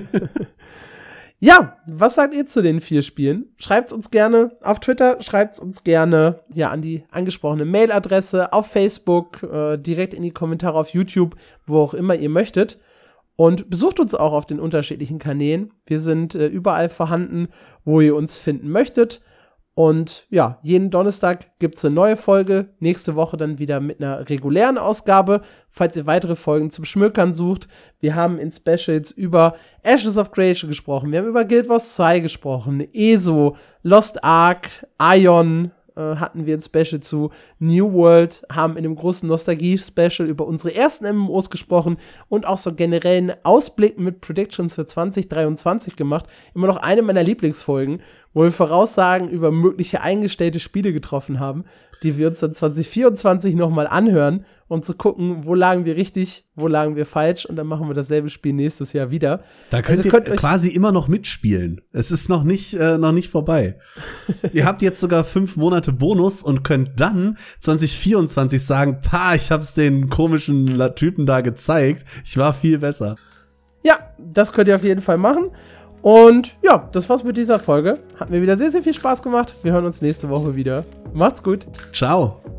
Ja, was sagt ihr zu den vier Spielen? Schreibt's uns gerne auf Twitter, schreibt's uns gerne ja an die angesprochene Mailadresse, auf Facebook, äh, direkt in die Kommentare auf YouTube, wo auch immer ihr möchtet. Und besucht uns auch auf den unterschiedlichen Kanälen. Wir sind äh, überall vorhanden, wo ihr uns finden möchtet. Und ja, jeden Donnerstag gibt's eine neue Folge. Nächste Woche dann wieder mit einer regulären Ausgabe. Falls ihr weitere Folgen zum Schmökern sucht. Wir haben in Specials über Ashes of Creation gesprochen. Wir haben über Guild Wars zwei gesprochen. E S O, Lost Ark, Ion äh, hatten wir ein Special zu. New World, haben in dem großen Nostalgie-Special über unsere ersten M M Os gesprochen und auch so generell einen Ausblick mit Predictions für zwanzig dreiundzwanzig gemacht. Immer noch eine meiner Lieblingsfolgen, wo wir Voraussagen über mögliche eingestellte Spiele getroffen haben, die wir uns dann zwanzig vierundzwanzig nochmal anhören, um zu gucken, wo lagen wir richtig, wo lagen wir falsch, und dann machen wir dasselbe Spiel nächstes Jahr wieder. Da könnt also ihr könnt quasi immer noch mitspielen. Es ist noch nicht, äh, noch nicht vorbei. Ihr habt jetzt sogar fünf Monate Bonus und könnt dann zwanzig vierundzwanzig sagen, pa, ich hab's den komischen Typen da gezeigt, ich war viel besser. Ja, das könnt ihr auf jeden Fall machen. Und ja, das war's mit dieser Folge. Hat mir wieder sehr, sehr viel Spaß gemacht. Wir hören uns nächste Woche wieder. Macht's gut. Ciao.